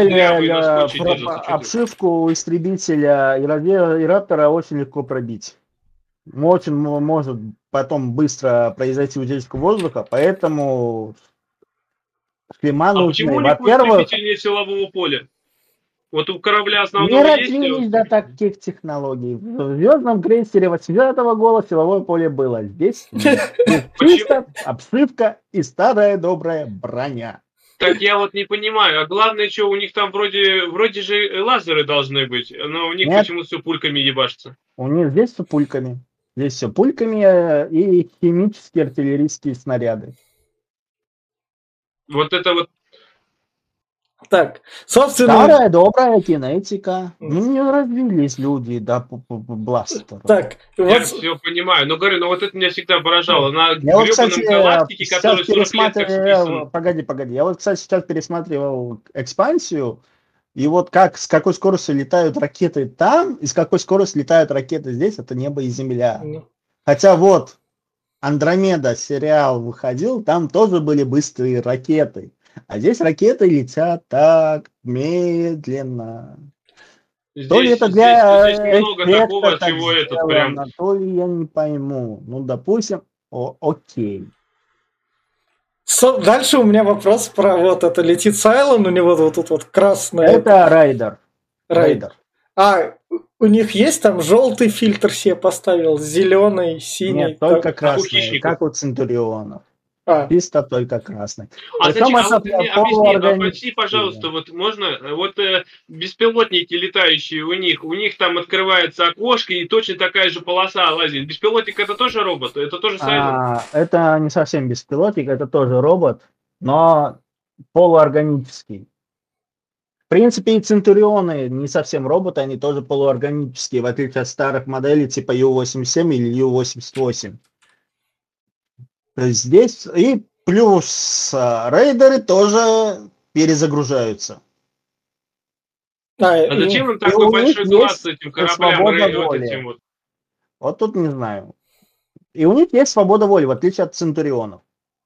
обшивку истребителя и раптора очень легко пробить. Очень может потом быстро произойти утечка воздуха, поэтому шлема нужны. Почему у них истребитель нет силового поля? Вот у корабля основного не развились до таких технологий. В звездном крейсере 80-го года силовое поле было. Здесь чисто обшивка и старая добрая броня. Так я вот не понимаю. А главное, что у них там вроде же лазеры должны быть, но у них почему все пульками ебашится? У них здесь все пульками. Здесь все пульками и химические артиллерийские снаряды. Вот это вот. Так, собственно... Старая добрая кинетика. Не развились люди до бластера. Так, я все понимаю. Но говорю, вот это меня всегда поражало. На гребаном галактике, который 40 лет как списан. Погоди. Я вот, кстати, сейчас пересматривал экспансию. И вот с какой скоростью летают ракеты там, и с какой скоростью летают ракеты здесь, это небо и земля. Хотя вот Андромеда сериал выходил, там тоже были быстрые ракеты. А здесь ракеты летят так медленно. То ли это для здесь много такого, эффекта так чего этот прям... сделано, то ли я не пойму. Ну, допустим, окей. Дальше у меня вопрос про вот это летит Сайлон, у него вот тут вот красное. Это Райдер. А у них есть там желтый фильтр себе поставил, зеленый, синий? Нет, только красный, как у Центурионов. Чисто только красный. А зачем? Вот ты мне объясни, пожалуйста, вот можно, вот беспилотники летающие у них там открывается окошко и точно такая же полоса лазит. Беспилотник это тоже робот? Это тоже Сайлент? Это не совсем беспилотник, это тоже робот, но полуорганический. В принципе, и Центурионы не совсем роботы, они тоже полуорганические, в отличие от старых моделей типа Ю-87 или Ю-88. То есть здесь и плюс рейдеры тоже перезагружаются. А зачем им такой большой глаз с этим кораблям? Вот тут не знаю. И у них есть свобода воли, в отличие от Центурионов.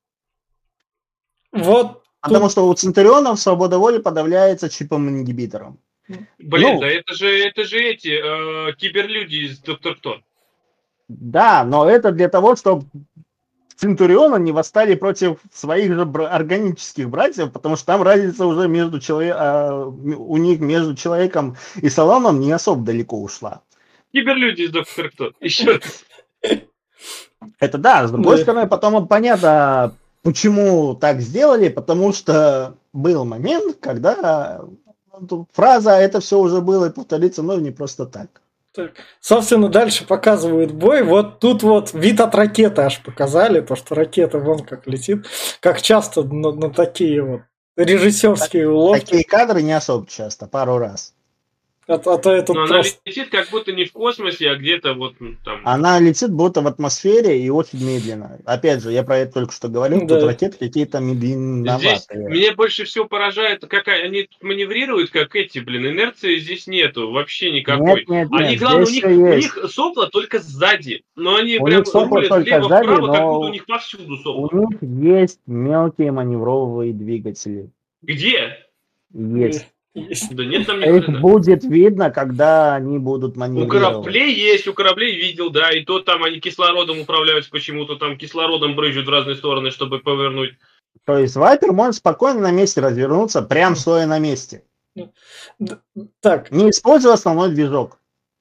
Вот. Потому что у Центурионов свобода воли подавляется чипом-ингибитором. Блин, да это же эти киберлюди из Доктор Кто. Да, но это для того, чтобы Центурионы не восстали против своих же органических братьев, потому что там разница уже у них между человеком и Салоном не особо далеко ушла. Киберлюди из Доктор Кто. Еще раз. Это да, с другой стороны, потом понятно, почему так сделали, потому что был момент, когда фраза «это все уже было» и повторится, но не просто так. Так, собственно, дальше показывают бой. Вот тут вот вид от ракеты аж показали, то, что ракета вон как летит. Как часто на такие вот режиссерские уловки. Такие кадры не особо часто, пару раз. Но она летит как будто не в космосе, а где-то вот там. Она летит будто в атмосфере и очень медленно. Опять же, я про это только что говорил, тут ракеты какие-то медленноватые. Здесь меня больше всего поражает, как они маневрируют, как эти, инерции здесь нету вообще никакой. Нет, они, главное, у них сопла только сзади, но они у прям рулят влево-вправо, как будто у них повсюду сопла. У них есть мелкие маневровые двигатели. Где? Есть. Да нет там их будет видно, когда они будут маневрировать. У кораблей видел, да, и то там они кислородом управляются почему-то, там кислородом брызжут в разные стороны, чтобы повернуть. То есть Вайпер может спокойно на месте развернуться, прям стоя на месте. Так. Не используя основной движок.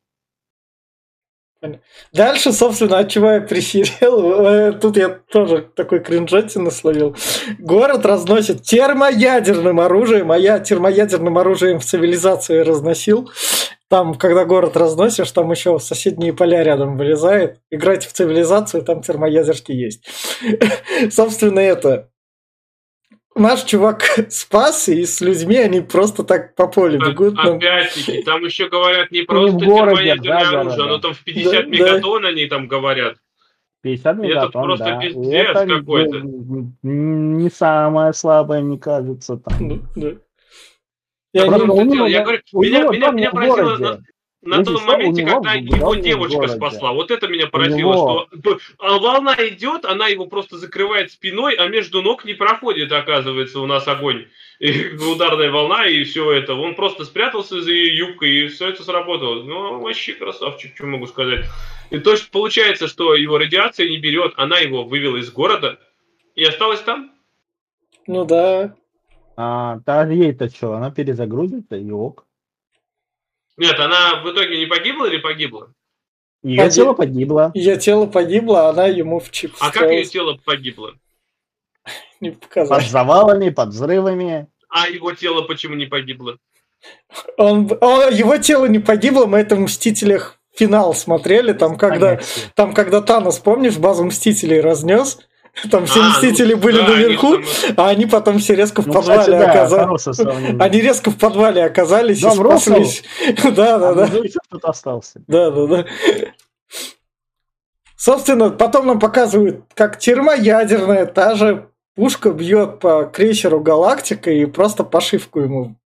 Дальше, собственно, от чего я присерел, тут я тоже такой кринжатины словил. Город разносит термоядерным оружием, а я термоядерным оружием в цивилизации разносил. Там, когда город разносишь, там еще соседние поля рядом вылезает. Играть в цивилизацию, там термоядерки есть. Собственно, это... Наш чувак спас, и с людьми они просто так по полю бегут. Опять-таки, там еще говорят не просто термоядерное оружие, оно там в 50 мегатонн они там говорят. 50 мегатонн, это просто пиздец какой-то. Не самое слабое, мне кажется. Там. Я говорю, меня поразило... На том моменте, когда его девочка спасла. Вот это меня поразило, что волна идет, она его просто закрывает спиной, а между ног не проходит, оказывается, у нас огонь. И ударная волна, и все это. Он просто спрятался за ее юбкой, и все это сработало. Ну, вообще красавчик, что могу сказать. И то, что получается, что его радиация не берет, она его вывела из города и осталась там. Ну да. Да ей-то что, она перезагрузится и ок. Нет, она в итоге не погибла или погибла? Ее тело погибло. Ее тело погибло, а она ему в чип встроилась. А как ее тело погибло? Не показали. Под завалами, под взрывами. А его тело почему не погибло? Его тело не погибло, мы это в «Мстителях» финал смотрели, там когда Танос, помнишь, базу Мстителей разнес. Там все Мстители были наверху, а они потом все резко в подвале оказались. Они резко в подвале оказались и спаслись. Да. Кто-то остался. Да. Собственно, потом нам показывают, как термоядерная та же пушка бьет по крейсеру «Галактика» и просто пошивку ему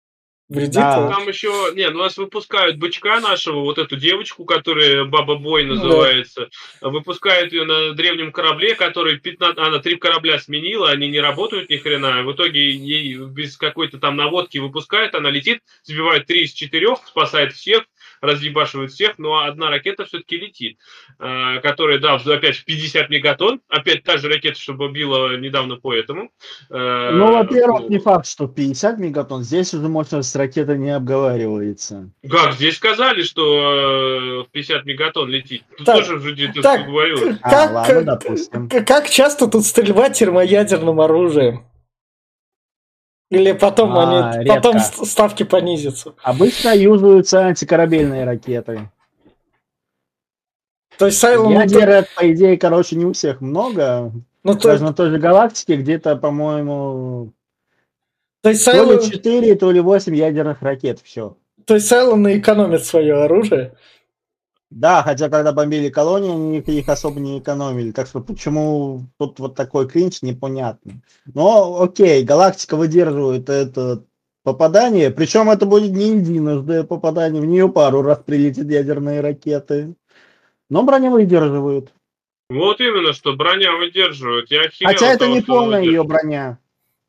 Вредит. Да. Там еще, у нас выпускают бычка нашего, вот эту девочку, которая Баба Бой называется, выпускают ее на древнем корабле, который она 3 корабля сменила, они не работают ни хрена, в итоге ей без какой-то там наводки выпускают, она летит, сбивает 3 из 4, спасает всех, разъебашивает всех, но одна ракета все-таки летит, которая, да, опять в 50 мегатонн, опять та же ракета, что била недавно по этому. Ну, во-первых, не факт, что 50 мегатонн, здесь уже мощность ракеты не обговаривается. Как, здесь сказали, что 50 мегатонн летит. Тут Так, тоже уже где-то так, говорилось. Ладно, допустим. Как часто тут стрельба термоядерным оружием? Или потом потом ставки понизятся? Обычно юзаются антикорабельные ракеты. То есть ядерок, по идее, не у всех много. Даже на той же галактике где-то, по-моему, то ли 4, то ли 8 ядерных ракет. Все. То есть Сайлоны экономят свое оружие? Да, хотя когда бомбили колонии, они их особо не экономили. Так что почему тут вот такой кринж, непонятно. Но окей, галактика выдерживает это попадание. Причем это будет не единожды попадание. В нее пару раз прилетят ядерные ракеты. Но броня выдерживает. Вот именно, что броня выдерживает. Я охерел. Хотя это не полная ее броня.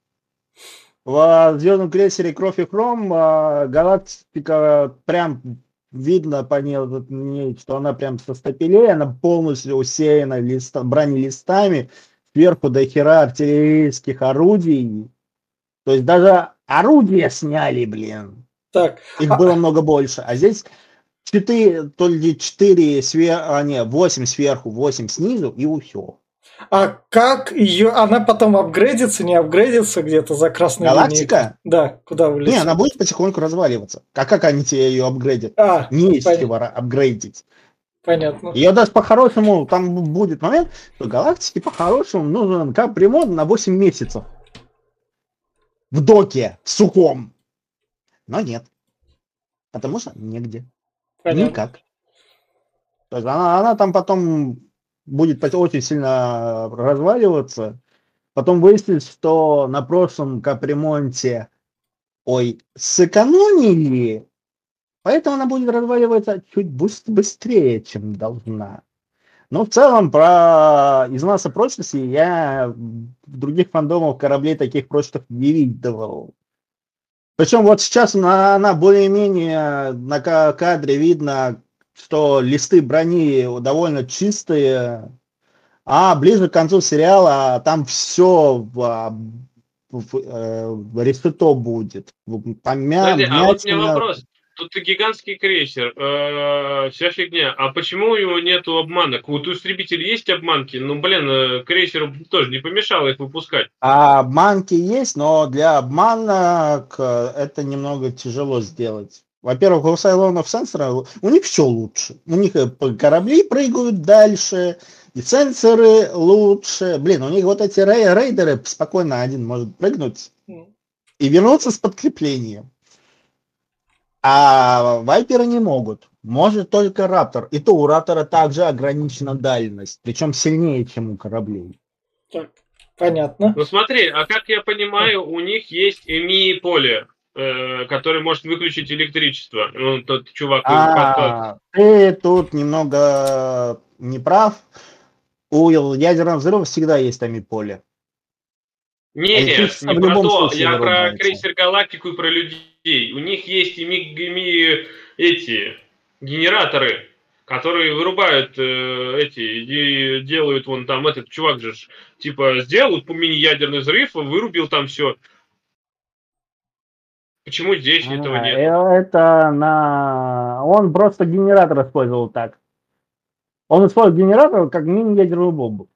В звездном крейсере Кровь и Хром галактика прям видно по ней, что она прям со стапелей, она полностью усеяна бронелистами, сверху до хера артиллерийских орудий. То есть даже орудия сняли, блин. Так. Их было много больше. А здесь 4, то ли 4 8 сверху, 8 снизу и все. А как ее, она потом апгрейдится, не апгрейдится где-то за красной линией? Галактика? Да, куда улетит? Не, она будет потихоньку разваливаться. А как они тебе ее апгрейдят? Не из чего апгрейдить. Понятно. Ее даже по-хорошему, там будет момент, что галактике по-хорошему нужен капремонт на 8 месяцев. В доке, в сухом. Но нет. Потому что негде. Понятно. Никак. То есть она там потом будет очень сильно разваливаться. Потом выяснится, что на прошлом капремонте сэкономили, поэтому она будет разваливаться чуть быстрее, чем должна. Но в целом про износа прочности я в других фандомах кораблей таких прочных не видывал. Причем вот сейчас она более-менее на кадре видно, что листы брони довольно чистые, а ближе к концу сериала там все ресето будет. Подожди, а вот у меня вопрос. Тут гигантский крейсер, вся фигня. А почему у него нету обманок? Вот у истребителей есть обманки? Ну, блин, крейсеру тоже не помешало их выпускать. Обманки есть, но для обманок это немного тяжело сделать. Во-первых, у Сайлонов сенсоров, у них все лучше. У них корабли прыгают дальше, и сенсоры лучше. Блин, у них вот эти рейдеры спокойно один может прыгнуть и вернуться с подкреплением. А вайперы не могут. Может только Раптор. И то у Раптора также ограничена дальность. Причем сильнее, чем у кораблей. Так, понятно. Ну смотри, а как я понимаю, у них есть ЭМИ-поле, который может выключить электричество. Ну, тот чувак... Ты тут немного не прав. У ядерного взрыва всегда есть ЭМИ-поле. Не про то, я про крейсер Галактику и про людей. У них есть эти генераторы, которые вырубают и делают вон там этот чувак же типа сделал мини-ядерный взрыв, вырубил там все. Почему здесь этого нет? Он просто генератор использовал так. Он использовал генератор как мини-ядерную бомбу.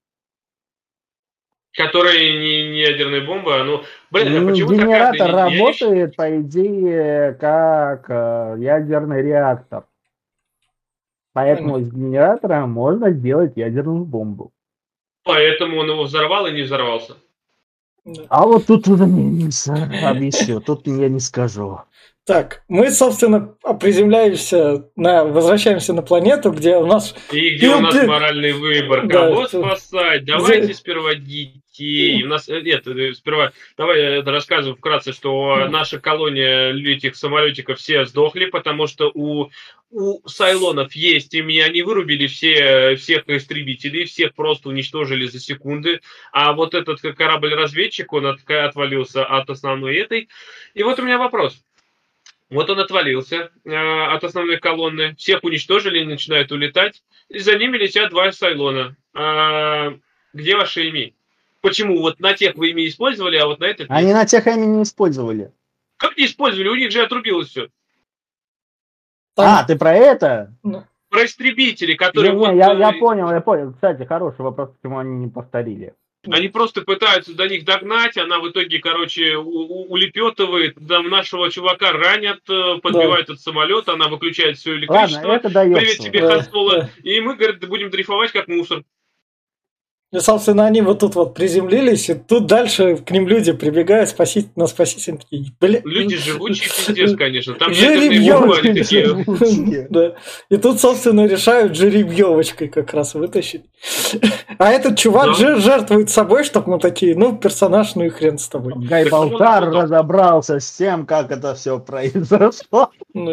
Которая не ядерная бомба, ну, блин, почему генератор работает, по идее, как ядерный реактор. Поэтому из генератора можно сделать ядерную бомбу. Поэтому он его взорвал и не взорвался. А вот тут уже не объясню, тут я не скажу. Так, мы, собственно, возвращаемся на планету, где у нас... И где у нас моральный выбор, Да, кого спасать? Давайте сперва детей. У нас сперва... Давай я рассказываю вкратце, что наша колония этих самолетиков все сдохли, потому что у Сайлонов есть, и они вырубили всех истребителей, всех просто уничтожили за секунды. А вот этот корабль-разведчик, он отвалился от основной этой. И вот у меня вопрос. Вот он отвалился от основной колонны, всех уничтожили, начинают улетать, и за ними летят 2 Сайлона. Где ваши ими? Почему? Вот на тех вы ими использовали, а вот на этот нет? Они на тех ими не использовали. Как не использовали? У них же отрубилось все. Ты про это? Про истребители, которые... Я понял. Кстати, хороший вопрос, почему они не повторили. Они просто пытаются до них догнать, она в итоге, улепетывает, нашего чувака ранят, подбивают от самолета, она выключает все электричество. Ладно, это дается. Привет тебе, Хан Соло. И мы, говорит, будем дрейфовать как мусор. И, собственно, они вот тут вот приземлились, и тут дальше к ним люди прибегают, на спаситель такие, Люди живучие, пиздец, конечно. Там жеребьевочкой. Да. И тут, собственно, решают жеребьевочкой как раз вытащить. А этот чувак жертвует собой, чтобы мы такие, персонаж, и хрен с тобой. Гайбалтар разобрался с тем, как это все произошло.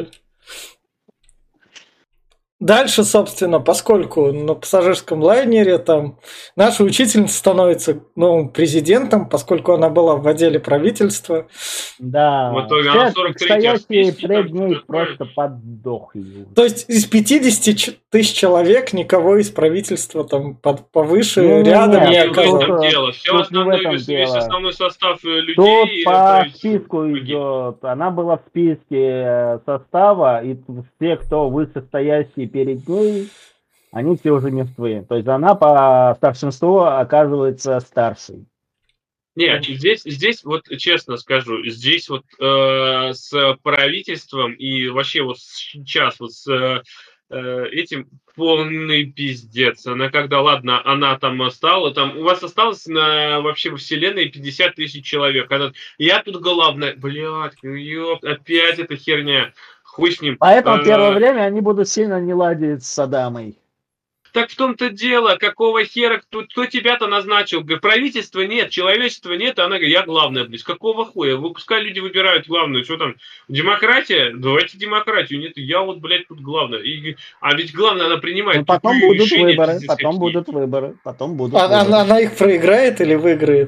Дальше, собственно, поскольку на пассажирском лайнере там наша учительница становится новым президентом, поскольку она была в отделе правительства. Да, в итоге она 43 пред ней просто подохли. То есть из 50 тысяч человек никого из правительства там повыше рядом не оказалось. Весь основной состав людей... Тут по списку идет. Она была в списке состава, и все, кто вышестоящие перед ней, они все уже мертвы. То есть она по старшинству оказывается старшей. Нет, здесь вот честно скажу, здесь вот с правительством и вообще вот сейчас вот с этим полный пиздец. Она она там осталась, у вас осталось вообще во вселенной 50 тысяч человек. Я тут главное, блядь, опять эта херня. Хуй с ним. Поэтому первое время они будут сильно не ладить с Саддамой. Так в том-то дело, какого хера, кто тебя-то назначил? Правительства нет, человечества нет, а она говорит, я главная, блядь. Какого хуя? Пускай люди выбирают главную. Что там, демократия? Давайте демократию. Нет, я вот, блядь, тут главная. А ведь главное, она принимает потом будут выборы. Она их проиграет или выиграет?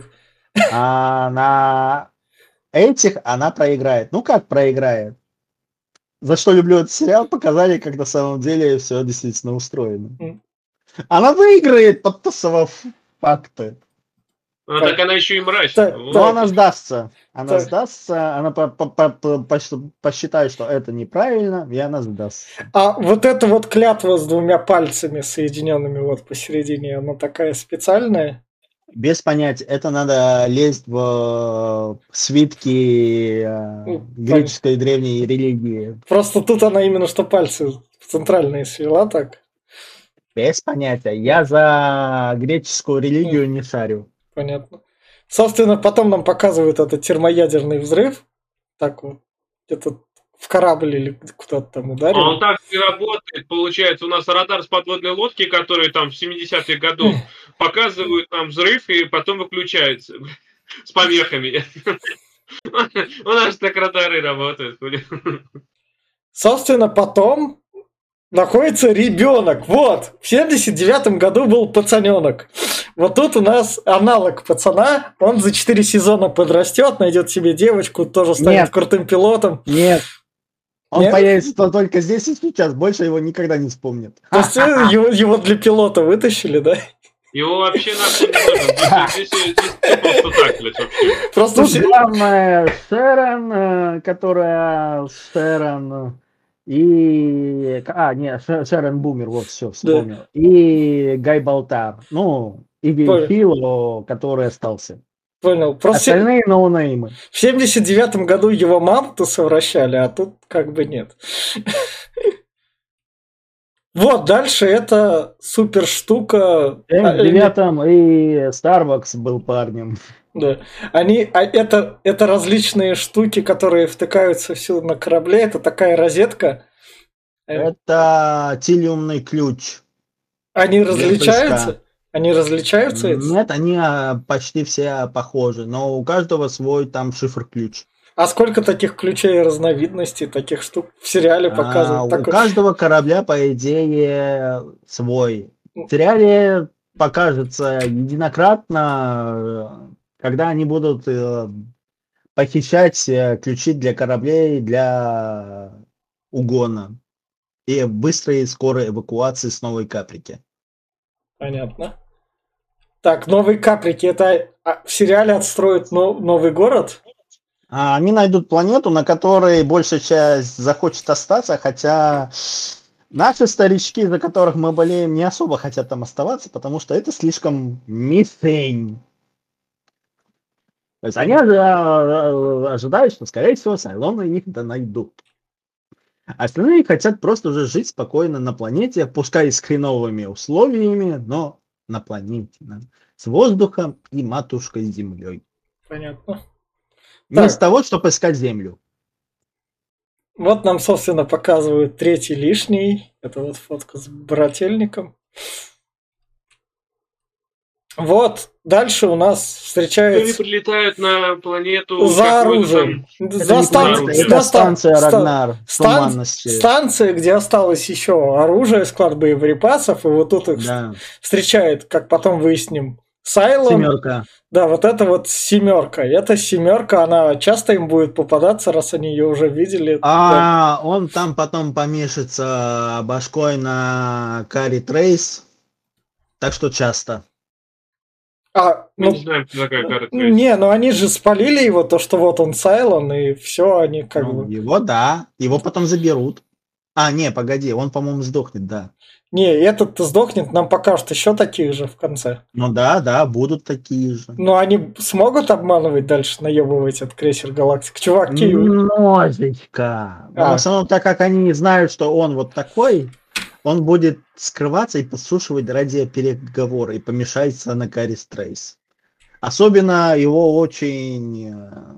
На этих она проиграет. Ну как проиграет? За что люблю этот сериал, показали, как на самом деле все действительно устроено. Она выиграет, подтасовав факты. Так она еще и мразь. Но она сдастся. Она посчитает, что это неправильно, и она сдастся. А вот эта вот клятва с 2 пальцами, соединенными вот посередине, она такая специальная? Без понятия. Это надо лезть в свитки греческой древней религии. Просто тут она именно что пальцы центральные свела так. Без понятия. Я за греческую религию не шарю. Понятно. Собственно, потом нам показывают этот термоядерный взрыв. Так вот. Где-то в корабль или куда-то там ударили. Он так и работает. Получается, у нас радар с подводной лодки, который там в 70-х годах показывают нам взрыв и потом выключается. С помехами. У нас так радары работают. Собственно, потом находится ребенок. Вот. В 79-м году был пацаненок. Вот тут у нас аналог пацана. Он за 4 сезона подрастет, найдет себе девочку, тоже станет крутым пилотом. Нет. Он появится только здесь и сейчас. Больше его никогда не вспомнят. То есть его для пилота вытащили, да? Его вообще нахуй не нужно. Здесь просто так, блядь, вообще. Просто главное Шерон, которая Шерон... И... нет, Шерон Бумер, вот все, вспомнил. Да. И Гайбалтар. И Фило, который остался. Понял. Просто остальные ноунеймы. В 79-м году его маму-то совращали, а тут как бы нет. Вот, дальше это супер штука. В 79-м и Starbucks был парнем. Да. Это различные штуки, которые втыкаются всюду на корабле. Это такая розетка. Это телеумный ключ. Они Без различаются? Они различаются? Нет, они почти все похожи, но у каждого свой там шифр-ключ. А сколько таких ключей и разновидностей, таких штук в сериале показывают? У каждого корабля, по идее, свой. В сериале покажется единократно, когда они будут похищать ключи для кораблей для угона и быстрой и скорой эвакуации с Новой Каприки. Понятно. Так, Новые Каприки, это в сериале отстроят новый город? Они найдут планету, на которой большая часть захочет остаться, хотя наши старички, за которых мы болеем, не особо хотят там оставаться, потому что это слишком мишень. То есть они ожидают, что, скорее всего, Сайлоны их найдут. Остальные хотят просто уже жить спокойно на планете, пускай с хреновыми условиями, но на планете. С воздухом и матушкой Землей. Понятно. Вместо того, чтобы искать Землю. Вот нам, собственно, показывают третий лишний. Это вот фотка с брательником. Вот, дальше у нас встречается... Они прилетают на планету... За оружием. Это станция Рагнар. Станция, где осталось еще оружие, склад боеприпасов, и вот тут их встречает, как потом выясним, Сайлон. Семерка. Да, вот это вот семерка. Эта семерка, она часто им будет попадаться, раз они ее уже видели. Он там потом помешится башкой на Кари Трейс. Так что часто. Мы не знаем, кто такая Кари Трейс. Не, ну они же спалили его, то, что вот он Сайлон, и все, они как бы... Его, да. Его потом заберут. Не, погоди, он, по-моему, сдохнет, да. Не, этот сдохнет, нам покажут еще таких же в конце. Ну да, будут такие же. Но они смогут обманывать дальше, наебывать от крейсер Галактик? Чуваки... Немножечко. В основном, так как они не знают, что он вот такой, он будет скрываться и подслушивать радиопереговоры и помешается на Кари Трейс. Особенно его очень...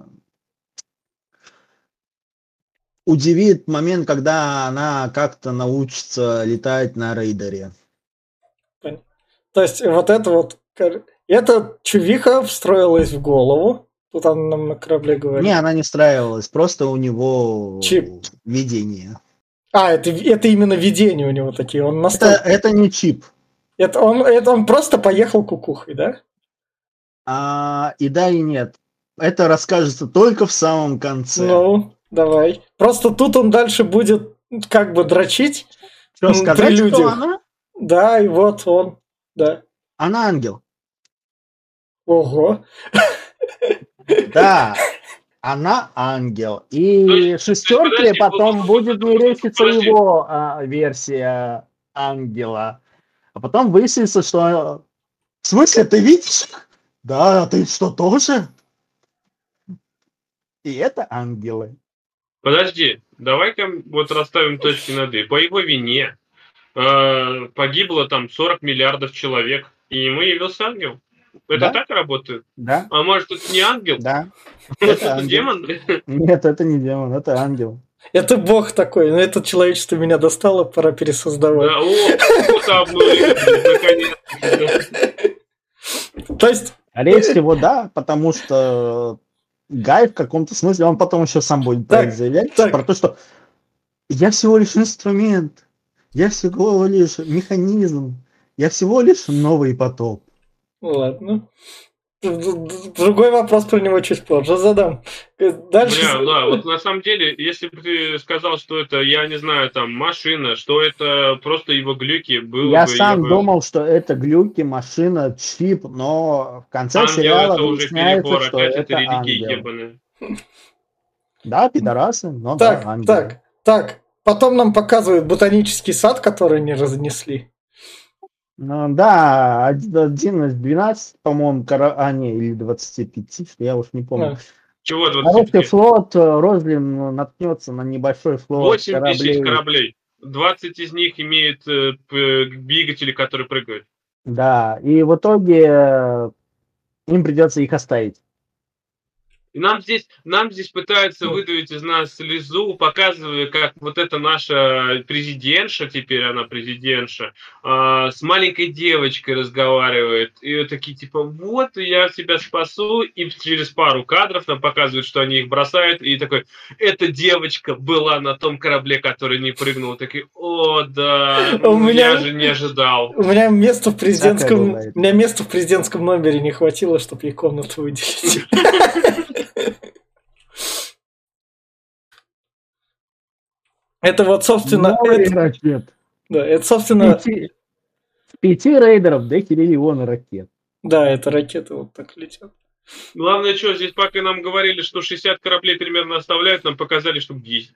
удивит момент, когда она как-то научится летать на рейдере. То есть вот это вот... Эта чувиха встроилась в голову. Тут она нам на корабле говорит. Не, она не встраивалась. Просто у него чип. Видение. Это именно видения у него такие. Он настолько... это не чип. Это он просто поехал кукухой, да? И да, и нет. Это расскажется только в самом конце. Ну... Давай. Просто тут он дальше будет как бы дрочить. Что, сказать, что она? Да, и вот он. Да. Она ангел. Ого. Да, она ангел. И шестерке потом будет мерещиться его версия ангела. А потом выяснится, что... В смысле, ты видишь? Да, ты что, тоже? И это ангелы. Подожди, давай-ка вот расставим точки над «и». По его вине погибло там 40 миллиардов человек, и ему явился ангел. Это так работает? Да. А может, это не ангел? Да. Это демон? Нет, это не демон, это ангел. Это бог такой, но это человечество меня достало, пора пересоздавать. Да, вот обнулили, наконец-то. То есть... Скорее всего, да, потому что Гай в каком-то смысле, он потом еще сам будет заявлять про то, что я всего лишь инструмент, я всего лишь механизм, я всего лишь новый потоп. Ладно. Другой вопрос про него чуть позже задам. Дальше... Да, вот на самом деле, если бы ты сказал, что это, я не знаю, там, машина, что это просто его глюки, было я бы... сам думал, что это глюки, машина, чип, но в конце сериала выясняется, что это ангел. Да, пидорасы, но да, ангел. Так, потом нам показывают ботанический сад, который не разнесли. Да, 1 из 12, по-моему, или 25, что я уж не помню. Чего 25? Короткий флот Розлин наткнется на небольшой флот 8 тысяч кораблей. 20 из них имеют двигатели, которые прыгают. Да, и в итоге им придется их оставить. И нам здесь пытаются выдавить из нас слезу, показывая, как вот эта наша президентша, теперь она президентша, с маленькой девочкой разговаривает. И такие, типа, вот, я тебя спасу. И через пару кадров нам показывают, что они их бросают. И такой, эта девочка была на том корабле, который не прыгнул. Такие, о, да, я же не ожидал. У меня места в президентском номере не хватило, чтобы ей комнату выделить. Это вот, собственно... Да, это, собственно... С 5 рейдеров до триллиона ракет. Да, это ракеты вот так летят. Главное, что здесь пока нам говорили, что 60 кораблей примерно оставляют, нам показали, что 10.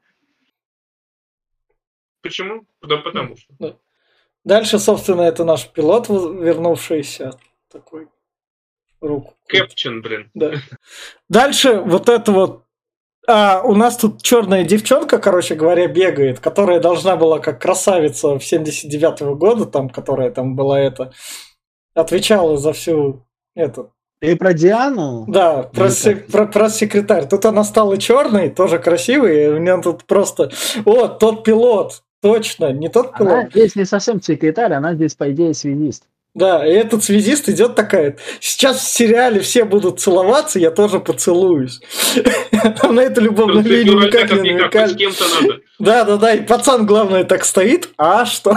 Почему? Да потому что. Да. Дальше, собственно, это наш пилот, вернувшийся. Такой руку. Кэпчен, блин. Да. Дальше вот это вот. У нас тут черная девчонка, короче говоря, бегает, которая должна была как красавица в 79-го года, там, которая там была отвечала за всю эту. И про Диану? Да, про секретарь. Тут она стала черной, тоже красивой, и у нее тут просто... О, тот пилот, точно, не тот пилот. Она здесь не совсем секретарь, она здесь, по идее, связист. Да, и этот связист идет такая, сейчас в сериале все будут целоваться, я тоже поцелуюсь. На эту любовную линию никак не намекали. С кем-то надо. Да, и пацан, главное, так стоит, а что?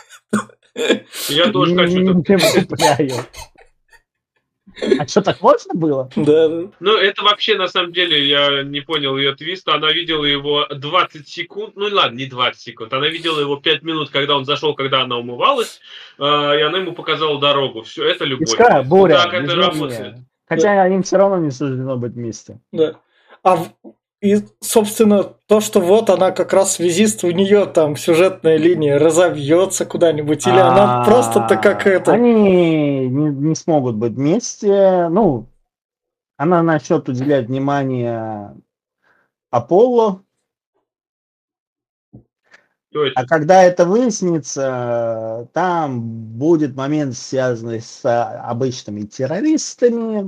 Я тоже хочу. А что, так можно было? Да. Ну, это вообще, на самом деле, я не понял ее твиста. Она видела его 20 секунд. Ну, ладно, не 20 секунд. Она видела его 5 минут, когда он зашел, когда она умывалась. И она ему показала дорогу. Все, это любовь. Иска, буря, так это работает. Хотя им все равно не суждено быть вместе. Да. И, собственно, то, что вот она как раз связист, у нее там сюжетная линия разовьется куда-нибудь, или она просто-то как это... Они не смогут быть вместе. Ну, она начнет уделять внимание Аполло. А когда это выяснится, там будет момент, связанный с обычными террористами.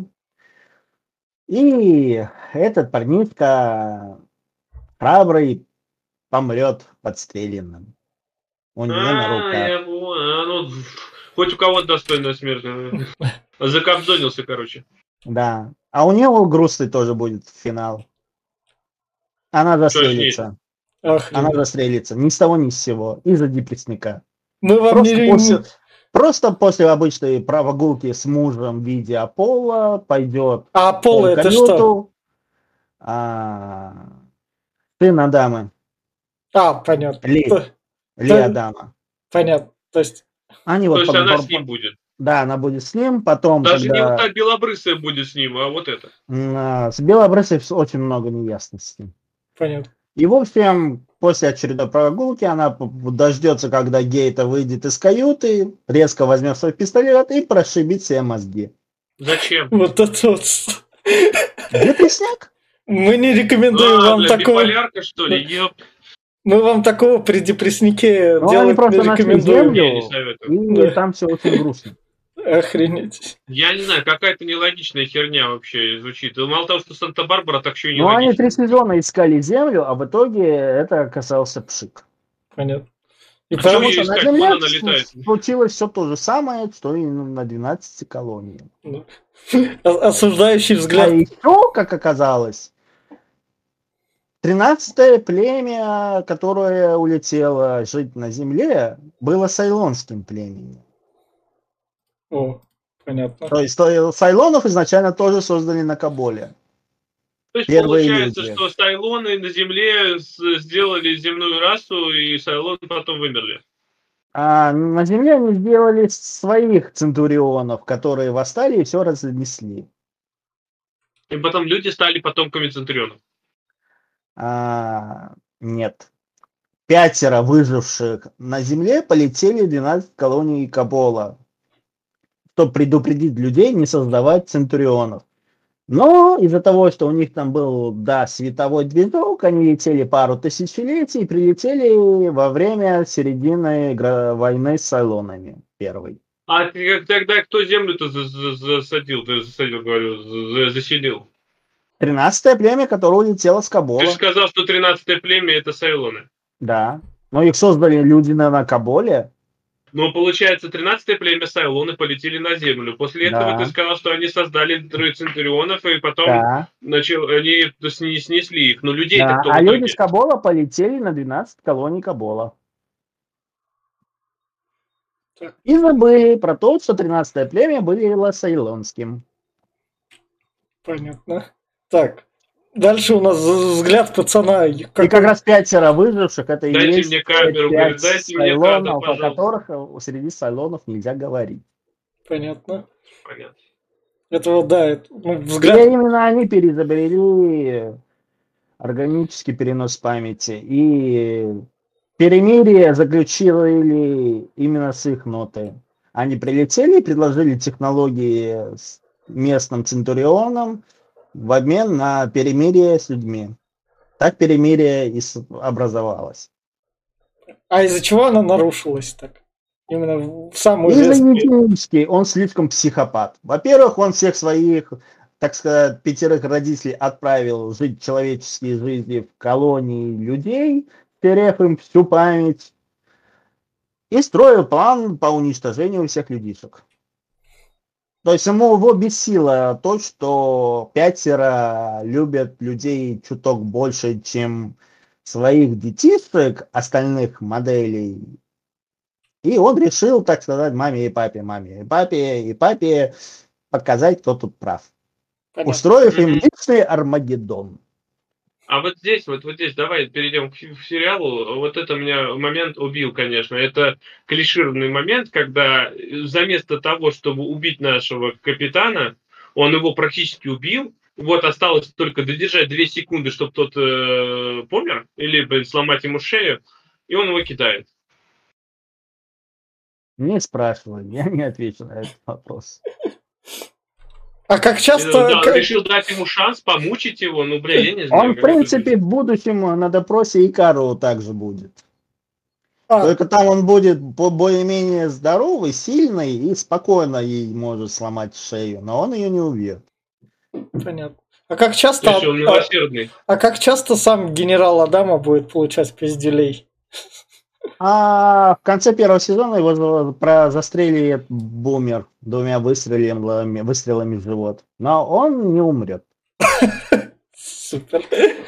И этот парнишка храбрый помрет подстреленным. У нее на руках. Ну, хоть у кого-то достойная смерть. Закобзонился, короче. Да. А у него грустный тоже будет финал. Она застрелится. Она застрелится. Ни с того, ни с сего. Из-за депрессника. Просто после обычной прогулки с мужем в виде Аполло пойдет. А Аполло это что? Сын Адама. Понятно. Ли Адама. Понятно. То есть она с ним будет. Да, она будет с ним, потом... Даже не вот так белобрысая будет с ним, а вот это. С белобрысой очень много неясностей. Понятно. И, в общем, после очередной прогулки она дождется, когда Гейта выйдет из каюты, резко возьмет свой пистолет и прошибит себе мозги. Зачем? Вот это вот... Депресняк? Мы не рекомендуем вам такого... Биполярка, что ли? Мы вам такого при депресснике делать не рекомендуем. И там все очень грустно. Охренеть. Я не знаю, какая-то нелогичная херня вообще звучит. Мало того, что Санта-Барбара, так еще и нелогично. Они 3 сезона искали Землю, а в итоге это оказался пшик. Понятно. И потому что на Земле случилось все то же самое, что и на 12 колониях. Осуждающий взгляд. А еще, как оказалось, 13-е племя, которое улетело жить на Земле, было сайлонским племенем. О, понятно. То есть сайлонов изначально тоже создали на Каболе. То есть получается, что сайлоны на Земле сделали земную расу, и сайлоны потом вымерли. А на Земле они сделали своих центурионов, которые восстали и все разнесли. И потом люди стали потомками центурионов. Нет. 5 выживших на Земле полетели в 12 колоний Кабола, чтобы предупредить людей не создавать центурионов. Но из-за того, что у них там был, световой движок, они летели пару тысячелетий и прилетели во время середины войны с сайлонами первой. А тогда кто Землю-то заселил? 13-е племя, которое улетело с Ты Кабола. же сказал, что 13-е племя это Сайлоны. Да. Но их создали люди на Каболе. Но получается, 13-е племя Сайлоны полетели на Землю. После этого ты Да. сказал, что они создали Центурионов, и потом Да. они снесли их. Но людей-то Да. кто А в люди итоге? с Кабола полетели на 12 колоний Кабола. Так. И забыли про то, что 13-е племя было сайлонским. Понятно. Так. Дальше у нас взгляд пацана. И как раз 5 выживших, это и Дайте есть мне камеру, 5 говорит, дайте мне кадр, сайлонов, о пожалуйста. которых среди сайлонов нельзя говорить. Понятно. Понятно. Это вот, да, И взгляд. именно они переизобрели органический перенос памяти. И перемирие заключили именно с их нотой. Они прилетели и предложили технологии с местным Центурионом в обмен на перемирие с людьми. Так перемирие и образовалось. А из-за чего она нарушилась так? Именно в самую Из-за жесть. единички он слишком психопат. Во-первых, он всех своих, так сказать, 5 родителей отправил жить человеческие жизни в колонии людей, стерев им всю память, и строил план по уничтожению всех людишек. То есть его бесило то, что 5 любят людей чуток больше, чем своих детишек, остальных моделей. И он решил, так сказать, маме и папе показать, кто тут прав. Понятно. Устроив им личный Армагеддон. А вот здесь давай перейдем к сериалу. Вот это меня момент убил, конечно. Это клишированный момент, когда вместо того, чтобы убить нашего капитана, он его практически убил. Вот осталось только додержать 2 секунды, чтобы тот помер, или сломать ему шею, и он его кидает. Не спрашивай, я не отвечу на этот вопрос. А как часто... Да, решил дать ему шанс помучить его, ну, бля, я не знаю. Он, в принципе, в будущем на допросе Икару также будет. Только там он будет более-менее здоровый, сильный и спокойно ей может сломать шею, но он ее не убьет. Понятно. А как часто... Если он милосердный. А как часто сам генерал Адама будет получать пизделей? А в конце 1-го сезона его застрелит бумер 2 выстрелами в живот. Но он не умрет. Супер.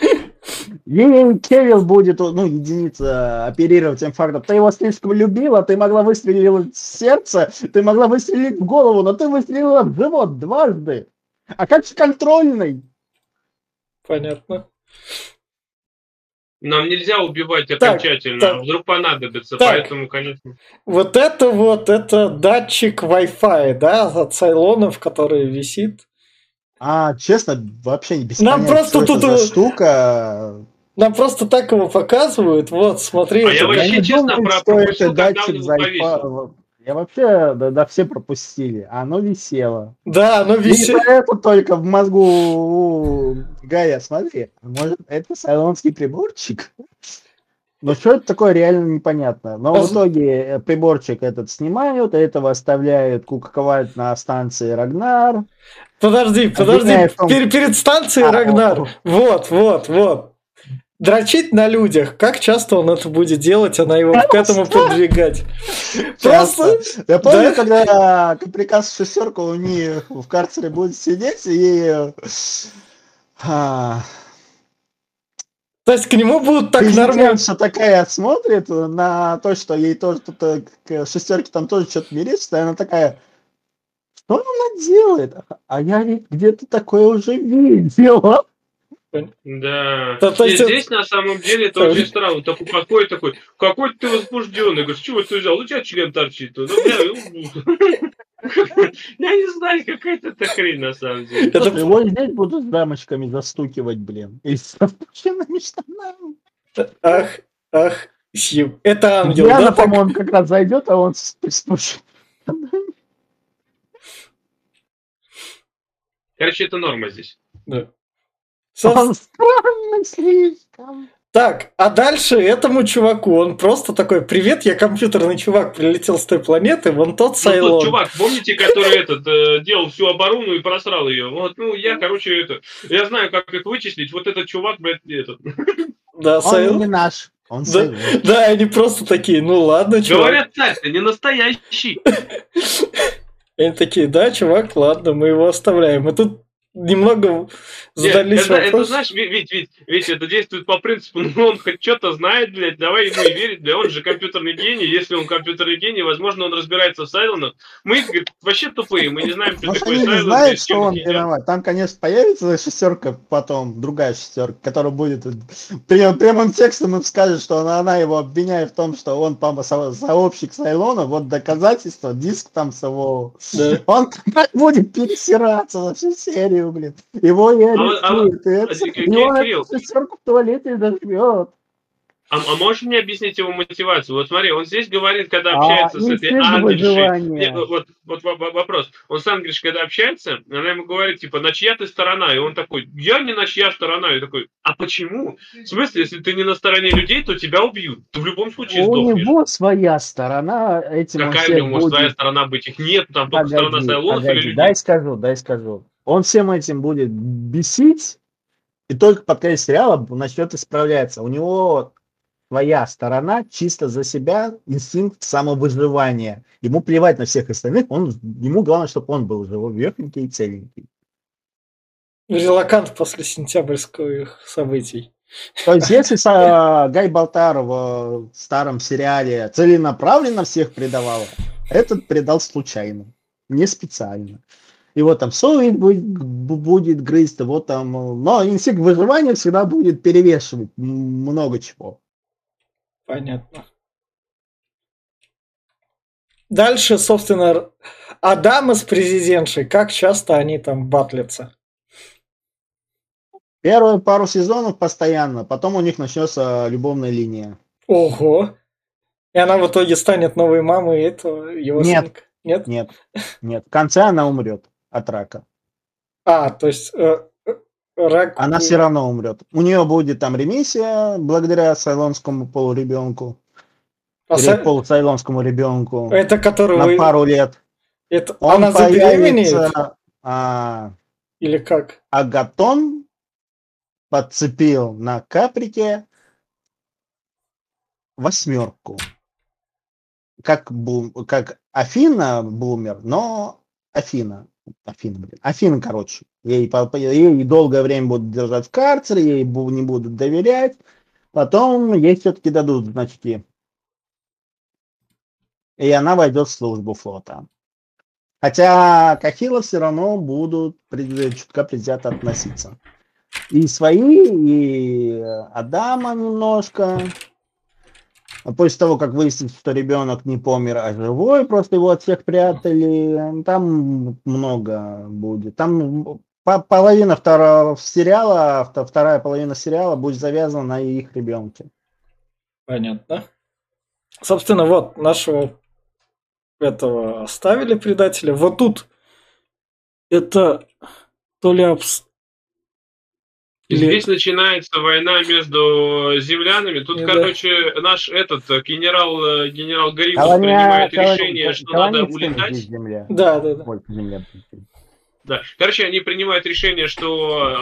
И Кевилл будет, единица оперировать тем фактом. Ты его слишком любила, ты могла выстрелить в сердце, ты могла выстрелить в голову, но ты выстрелила в живот 2. А как же контрольный? Понятно. Нам нельзя убивать окончательно, вдруг понадобится, поэтому, конечно. Вот это датчик Wi-Fi, да, от Сайлонов, который висит. Честно, вообще не без Нам понятия, просто что тут это за штука. Нам просто так его показывают, вот, смотри. А я вообще, честно, пропустил, когда он его повесил. Я вообще, да, все пропустили. Оно висело. Да, оно висело. И это только в мозгу Гая, смотри. Может, это сайлонский приборчик? Но что это такое, реально непонятно. Но в итоге приборчик этот снимают, этого оставляют куковать на станции Рагнар. Подожди. Перед станцией Рагнар. Вот. Дрочить на людях. Как часто он это будет делать, она его к этому подвигать? Просто. Я помню, когда приказ шестерка у них в карцере будет сидеть, и... То есть к нему будут так нормально... что такая смотрит на то, что ей тоже тут к шестерке там тоже что-то мерещится, и она такая... Что она делает? А я ведь где-то такое уже видела. Да. И здесь на самом деле это очень странно. Какой ты возбужденный. Говоришь, чего ты взял? У тебя член торчит. Я не знаю, какая-то хрень на самом деле. Его здесь будут с дамочками застукивать, блин. И с распущенными штанами. Ах, Сью. Это ангел, Диана, по-моему, как раз зайдет, а он с распущенными штанами. Короче, это норма здесь. Да. Он странный слишком. Так, а дальше этому чуваку, он просто такой: привет, я компьютерный чувак, прилетел с той планеты, вон тот Сайлон. Тот чувак, помните, который делал всю оборону и просрал ее? Вот, я знаю, как их вычислить, вот этот чувак, блядь, этот. Да, Он не наш, он Сайлон. Да, они просто такие: ну ладно, чувак. Говорят, царь-то не настоящий. Они такие: да, чувак, ладно, мы его оставляем. И тут немного задались вопросом. Это, знаешь, ведь это действует по принципу, ну он хоть что-то знает, блядь, давай ему и верить, да, он же компьютерный гений, если он компьютерный гений, возможно, он разбирается в Сайлонах. Мы, говорит, вообще тупые, мы не знаем, что такое Сайлон. Они не знают, что он виноват. Там, конечно, появится шестерка потом, другая шестерка, которая будет прямым текстом им скажет, что она его обвиняет в том, что он сообщник Сайлона, вот доказательства, диск там с его... Да. Он будет пересираться во всю серию, блин. Его и арестуют. Его в туалете зажмет. А можешь мне объяснить его мотивацию? Вот смотри, он здесь говорит, когда общается с этой ангельшей. Вот вопрос. Он с ангельшей, когда общается, она ему говорит, типа, на чья ты сторона? И он такой: я не на чья сторона. И такой: а почему? В смысле, если ты не на стороне людей, то тебя убьют. Ты в любом случае сдохнешь. У него своя сторона. Какая у него может своя сторона быть? Их нет, там только сторона Сайлонов или людей. Дай скажу. Он всем этим будет бесить, и только под конец сериала начнет исправляться. У него своя сторона, чисто за себя, инстинкт самовыживания. Ему плевать на всех остальных, ему главное, чтобы он был живой, и целенький. Релакант после сентябрьских событий. То есть, если Гай Балтар в старом сериале целенаправленно всех предавал, этот предал случайно, не специально. Его там совесть будет грызть, его там... Но инстинкт выживания всегда будет перевешивать много чего. Понятно. Дальше, собственно, Адама с президентшей. Как часто они там батлятся? Первые пару сезонов постоянно, потом у них начнется любовная линия. Ого! И она в итоге станет новой мамой этого его сынка? Нет. В конце она умрет от рака. То есть рак... Она все равно умрет. У нее будет там ремиссия благодаря сайлонскому полуребенку. Полусайлонскому ребенку. Это который... На пару лет. Это... Она забеременеет? Или как? Агатон подцепил на Каприке 8. Как Афина Блумер, но Афина, короче. Ей долгое время будут держать в карцере, ей не будут доверять. Потом ей все-таки дадут значки. И она войдет в службу флота. Хотя к Ахиллу все равно будут чутка предвзято относиться. И свои, и Адама немножко. После того, как выяснится, что ребенок не помер, а живой, просто его от всех прятали, там много будет. Там половина вторая половина сериала будет завязана на их ребенке. Понятно. Собственно, вот нашего этого оставили предателя. Вот тут это то ли Здесь начинается война между землянами. Тут, короче, наш генерал Гарибус принимает решение, что надо улетать. Да. Да. Короче, они принимают решение, что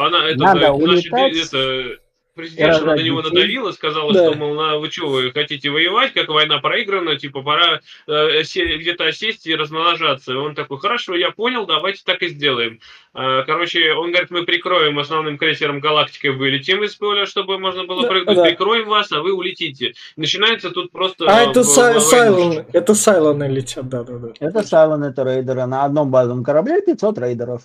президент на него надавила, сказала, что, мол, вы что, вы хотите воевать, как война проиграна, типа, пора где-то осесть и размножаться. И он такой: хорошо, я понял, давайте так и сделаем. Короче, он говорит: мы прикроем основным крейсером галактикой, вылетим из поля, чтобы можно было прыгнуть, прикроем вас, а вы улетите. Начинается тут просто... это Сайлоны летят, да. Это Сайлоны, это рейдеры. На одном базовом корабле 500 рейдеров.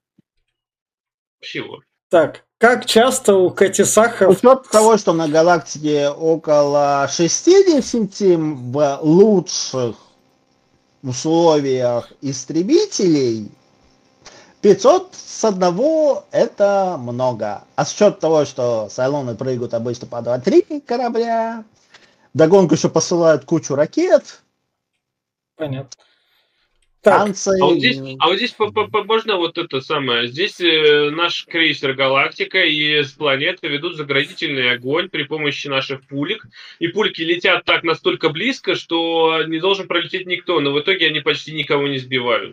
Всего. Так, как часто у Кэти Сахар... С учетом того, что на галактике около 60 в лучших условиях истребителей, 500 с одного это много. А с учетом того, что Сайлоны прыгают обычно по 2-3 корабля, вдогонку еще посылают кучу ракет. Понятно. Так, танцы. А вот здесь можно вот это самое. Здесь наш крейсер «Галактика» и с планеты ведут заградительный огонь при помощи наших пулек. И пульки летят так настолько близко, что не должен пролететь никто. Но в итоге они почти никого не сбивают.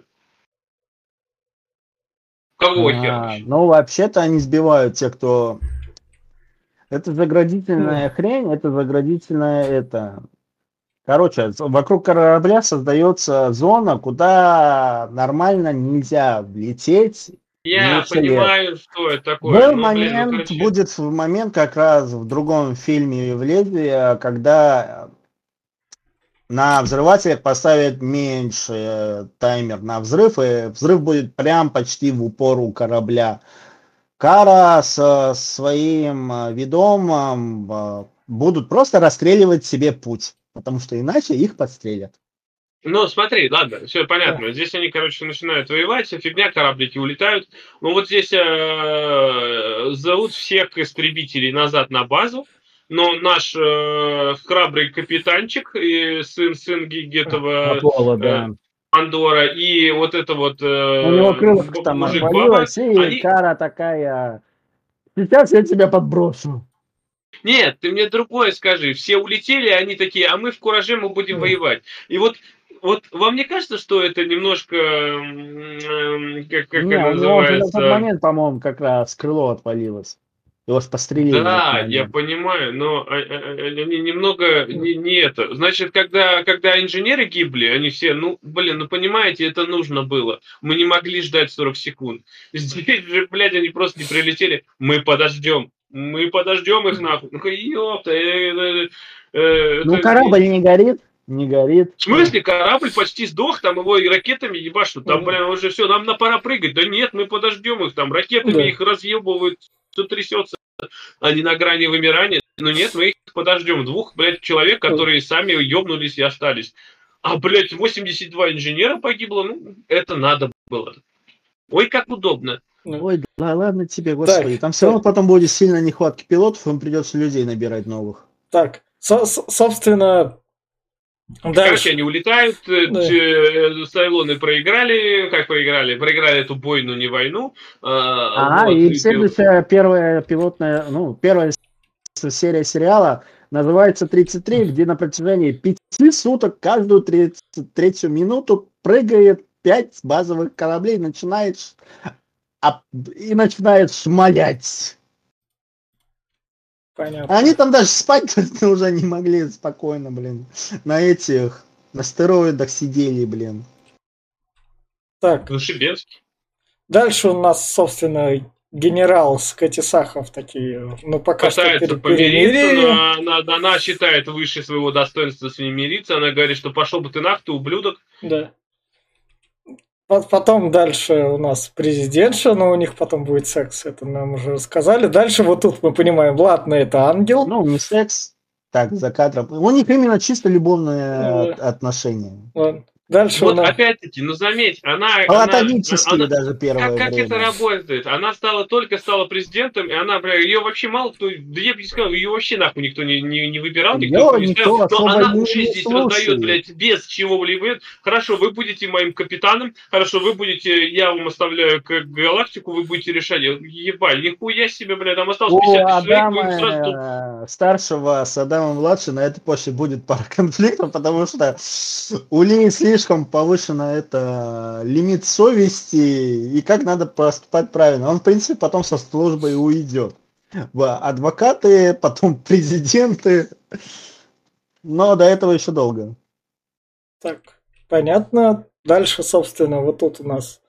Какого хера вообще? Ну, вообще-то они сбивают те, кто... Это заградительная хрень, это заградительная это... Короче, вокруг корабля создается зона, куда нормально нельзя влететь. Я понимаю, что это Был такое. момент, будет момент как раз в другом фильме «Лезвие», когда на взрывателях поставят меньше таймер на взрыв, и взрыв будет прям почти в упор у корабля. Кара со своим ведомым будут просто расстреливать себе путь, потому что иначе их подстрелят. Ну, смотри, ладно, все понятно. Здесь они, короче, начинают воевать, вся фигня, кораблики улетают. Ну, вот здесь зовут всех истребителей назад на базу, но наш храбрый капитанчик и сын этого Андора и вот это вот у него крылышко там отвалилось, и Кара такая: сейчас я тебя подброшу. Нет, ты мне другое скажи. Все улетели, они такие, а мы в кураже, мы будем воевать. И вот вам не кажется, что это немножко, как это называется? В тот момент, по-моему, как раз крыло отвалилось. Его ж пострелили. Да, я понимаю, но они немного не это. Значит, когда инженеры гибли, они все, понимаете, это нужно было. Мы не могли ждать 40 секунд. Здесь же, блядь, они просто не прилетели. Мы подождем их нахуй. Ну-ка, ёпта. Корабль не горит. Не горит. В смысле, корабль почти сдох, там его и ракетами ебашут, там, уже все, нам пора прыгать. Да нет, мы подождем их, там ракетами их разъебывают, все трясется. Они на грани вымирания. Но нет, мы их подождем. 2, человек, которые сами ебнулись и остались. А, 82 инженера погибло, это надо было. Ой, как удобно. Ой, да ладно тебе, господи. Там все равно потом будет сильно нехватка пилотов, им придется людей набирать новых. Так, собственно... Короче, они улетают, Сайлоны проиграли, проиграли эту бойну, не войну. И следующая первая серия сериала называется 33, где на протяжении 5 суток каждую 33-ю минуту прыгает 5 базовых кораблей и начинает шмалять. Понятно. Они там даже спать уже не могли спокойно, на стероидах сидели, Так. Зашибенский. Дальше у нас, собственно, генерал Скатисахов такие, пока пытается что помириться, но она считает выше своего достоинства с ним мириться, она говорит, что пошел бы ты нахуй, ты ублюдок. Да. Потом дальше у нас президентша, но у них потом будет секс, это нам уже рассказали. Дальше вот тут мы понимаем, ладно, это ангел. Не секс, так, за кадром. У них именно чисто любовные отношения. Ладно. Дальше опять-таки, заметь, она даже первое как время. это работает? Она только стала президентом, и она, ее вообще мало кто, я бы не сказал, ее вообще нахуй никто не выбирал, никто не ставил, но она уже здесь раздает, без чего-либо. Хорошо, вы будете моим капитаном, хорошо, я вам оставляю галактику, вы будете решать. Ебать, нихуя себе, там осталось 50 человек, сразу... старшего с Адамом младшим на этой почве будет пара конфликтов, потому что у Ли слишком повышено лимит совести и как надо поступать правильно. Он, в принципе, потом со службы уйдет. Адвокаты, потом президенты. Но до этого еще долго. Так, понятно. Дальше, собственно, вот тут у нас...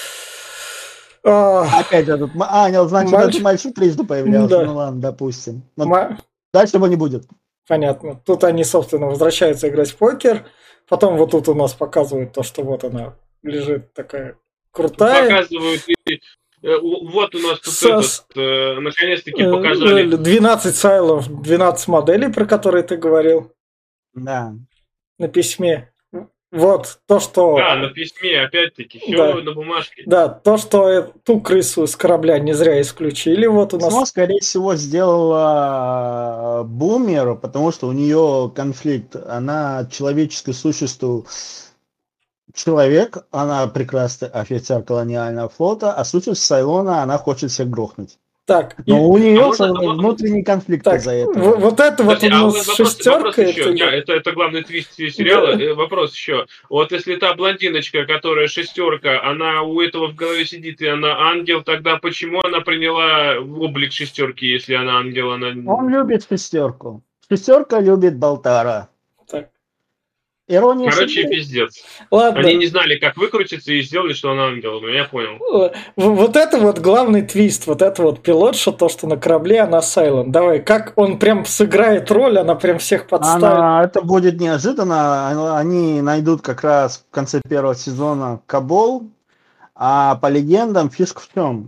Опять этот... значит, мальчик трижды появлялся. Да. Ну ладно, допустим. Дальше его не будет. Понятно. Тут они, собственно, возвращаются играть в покер. Потом вот тут у нас показывают то, что вот она лежит такая крутая. Показывают, вот у нас тут наконец-таки показали. 12 сайлов, 12 моделей, про которые ты говорил. Да. На письме. Вот то, что... Да, на письме, опять-таки, все на бумажке. Да, то, что ту крысу с корабля не зря исключили. Вот у нас... скорее всего, сделала Бумер, потому что у нее конфликт. Она человеческое существо человек, она прекрасный офицер колониального флота, а сущность Сайлона, она хочет всех грохнуть. Так, Но у А нее можно, внутренний конфликт так, из-за этого. вот это вот подожди, у а нас вопрос шестерка, еще. это... Это главный твист сериала. Да. Вопрос еще. Вот если та блондиночка, которая шестерка, она у этого в голове сидит, и она ангел, тогда почему она приняла облик шестерки, если она ангел, она... Он любит шестерку. Шестерка любит Болтара. Так, Ирония Короче, судьбы. пиздец. Они ладно. не знали, как выкрутиться, и сделали, что она ангел. Ну, я понял. Вот это вот главный твист, вот это вот пилотша, то, что на корабле она Сайлент. Давай, как он прям сыграет роль, она прям всех подставит. Это будет неожиданно. Они найдут как раз в конце первого сезона Кабол. А по легендам фишка в чем?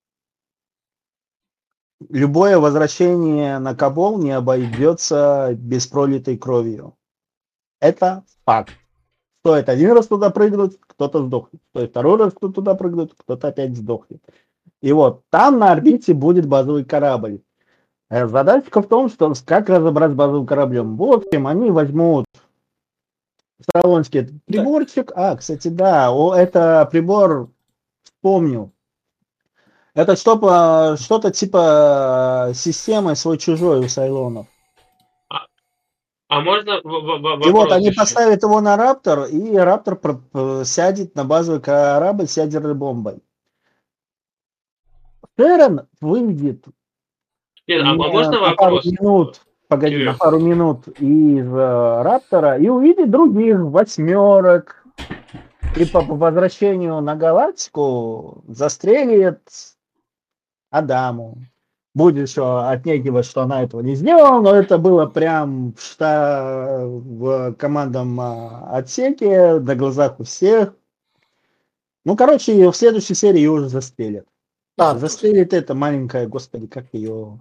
Любое возвращение на Кабол не обойдется без пролитой кровью. Это факт. Стоит один раз туда прыгнуть, кто-то сдохнет. Стоит второй раз туда прыгнуть, кто-то опять сдохнет. И вот там на орбите будет базовый корабль. Задачка в том, что как разобрать с базовым кораблем. В общем, они возьмут салонский приборчик. Кстати, да, это прибор, вспомнил. Это что-то типа системы свой-чужой у Сайлонов. А можно И вот они еще? поставят его на Раптор, и Раптор сядет на базовый корабль с ядерной бомбой. Шерон выйдет Нет, а можно на пару вопрос? минут, Кирилл. на пару минут из Раптора и увидит других восьмерок. И по возвращению на галактику застрелит Адаму. Будет еще отнекивать, что она этого не сделала, но это было прям в командном отсеке, на глазах у всех. Ну, короче, в следующей серии ее уже застрелят. Застрелит это маленькая, господи, как ее...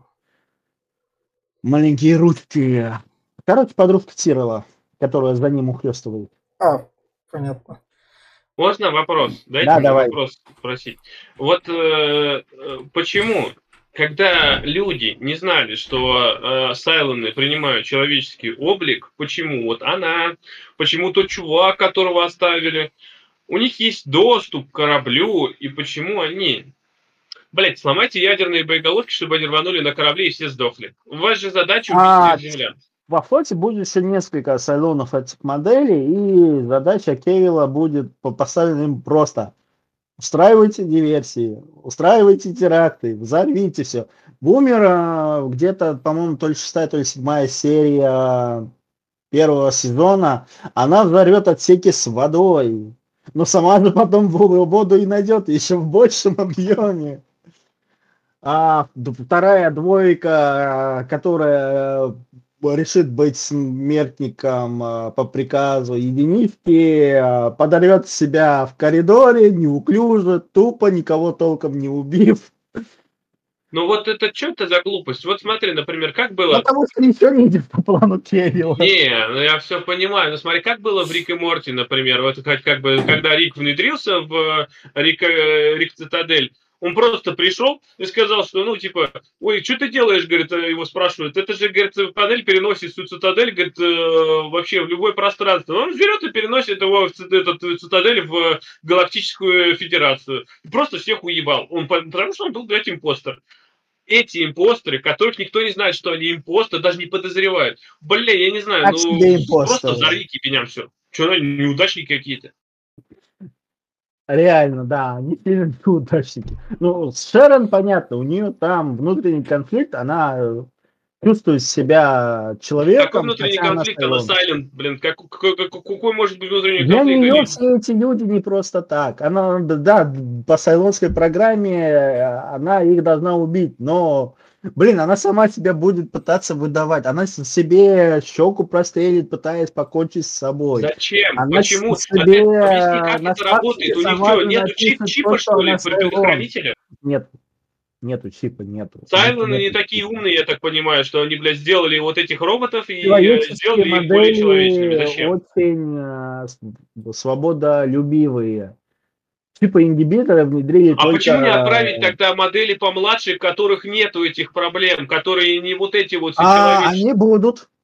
Маленькие ручки. Короче, подружка Тирова, которая за ним ухлёстывает. Понятно. Можно вопрос? Дайте мне давай. вопрос спросить. Вот почему, когда люди не знали, что Сайлоны принимают человеческий облик, почему вот она, почему тот чувак, которого оставили, у них есть доступ к кораблю, и почему они... Блять, сломайте ядерные боеголовки, чтобы они рванули на корабле и все сдохли. У вас же задача убить всех землян. Во флоте будет еще несколько Сайлонов этих моделей, и задача Кевилла будет поставлена им просто. Устраивайте диверсии, устраивайте теракты, взорвите все. Бумер где-то, по-моему, то ли 6-я, то ли 7-я серия первого сезона, она взорвет отсеки с водой. Но сама же потом воду и найдет еще в большем объеме. А вторая двойка, которая решит быть смертником по приказу единички, подорвет себя в коридоре, неуклюже, тупо, никого толком не убив. Ну вот это что это за глупость? Вот смотри, например, как было... Потому что ничего не идет по плану Кевилла. Не, ну я все понимаю. Но смотри, как было в Рик и Морти, например, вот как бы, когда Рик внедрился в Рик Цитадель, он просто пришел и сказал, что, ну, типа, ой, что ты делаешь, говорит, его спрашивают. Это же, говорит, панель переносит всю Цитадель, говорит, вообще в любое пространство. Он берет и переносит его, эту Цитадель в Галактическую Федерацию. И просто всех уебал. Потому что он был, блядь, импостер. Эти импостеры, которых никто не знает, что они импостеры, даже не подозревают. Бля, я не знаю, просто взорви кипеням все. Что, неудачники какие-то. Реально, да, они сильно неудачники. Ну, с Шерон понятно, у нее там внутренний конфликт, она чувствует себя человеком. Какой внутренний конфликт? Она Silent, блин. Какой может быть внутренний Для конфликт? Для нее все эти люди не просто так. Она, да, по сайлонской программе она их должна убить, но, блин, она сама себя будет пытаться выдавать. Она себе щеку прострелит, пытаясь покончить с собой. Зачем? Она почему? Себе объясни, как это работает? У них что, нету чипа, что ли, предохранителя? Нет. Нету чипа, нету. Сайлоны не такие умные, я так понимаю, что они, блядь, сделали вот этих роботов и сделали их более человечными. Зачем? Очень свободолюбивые. Чипы ингибиторы внедрили только... почему не отправить тогда модели помладше, у которых нету этих проблем, которые не вот эти вот... Они будут.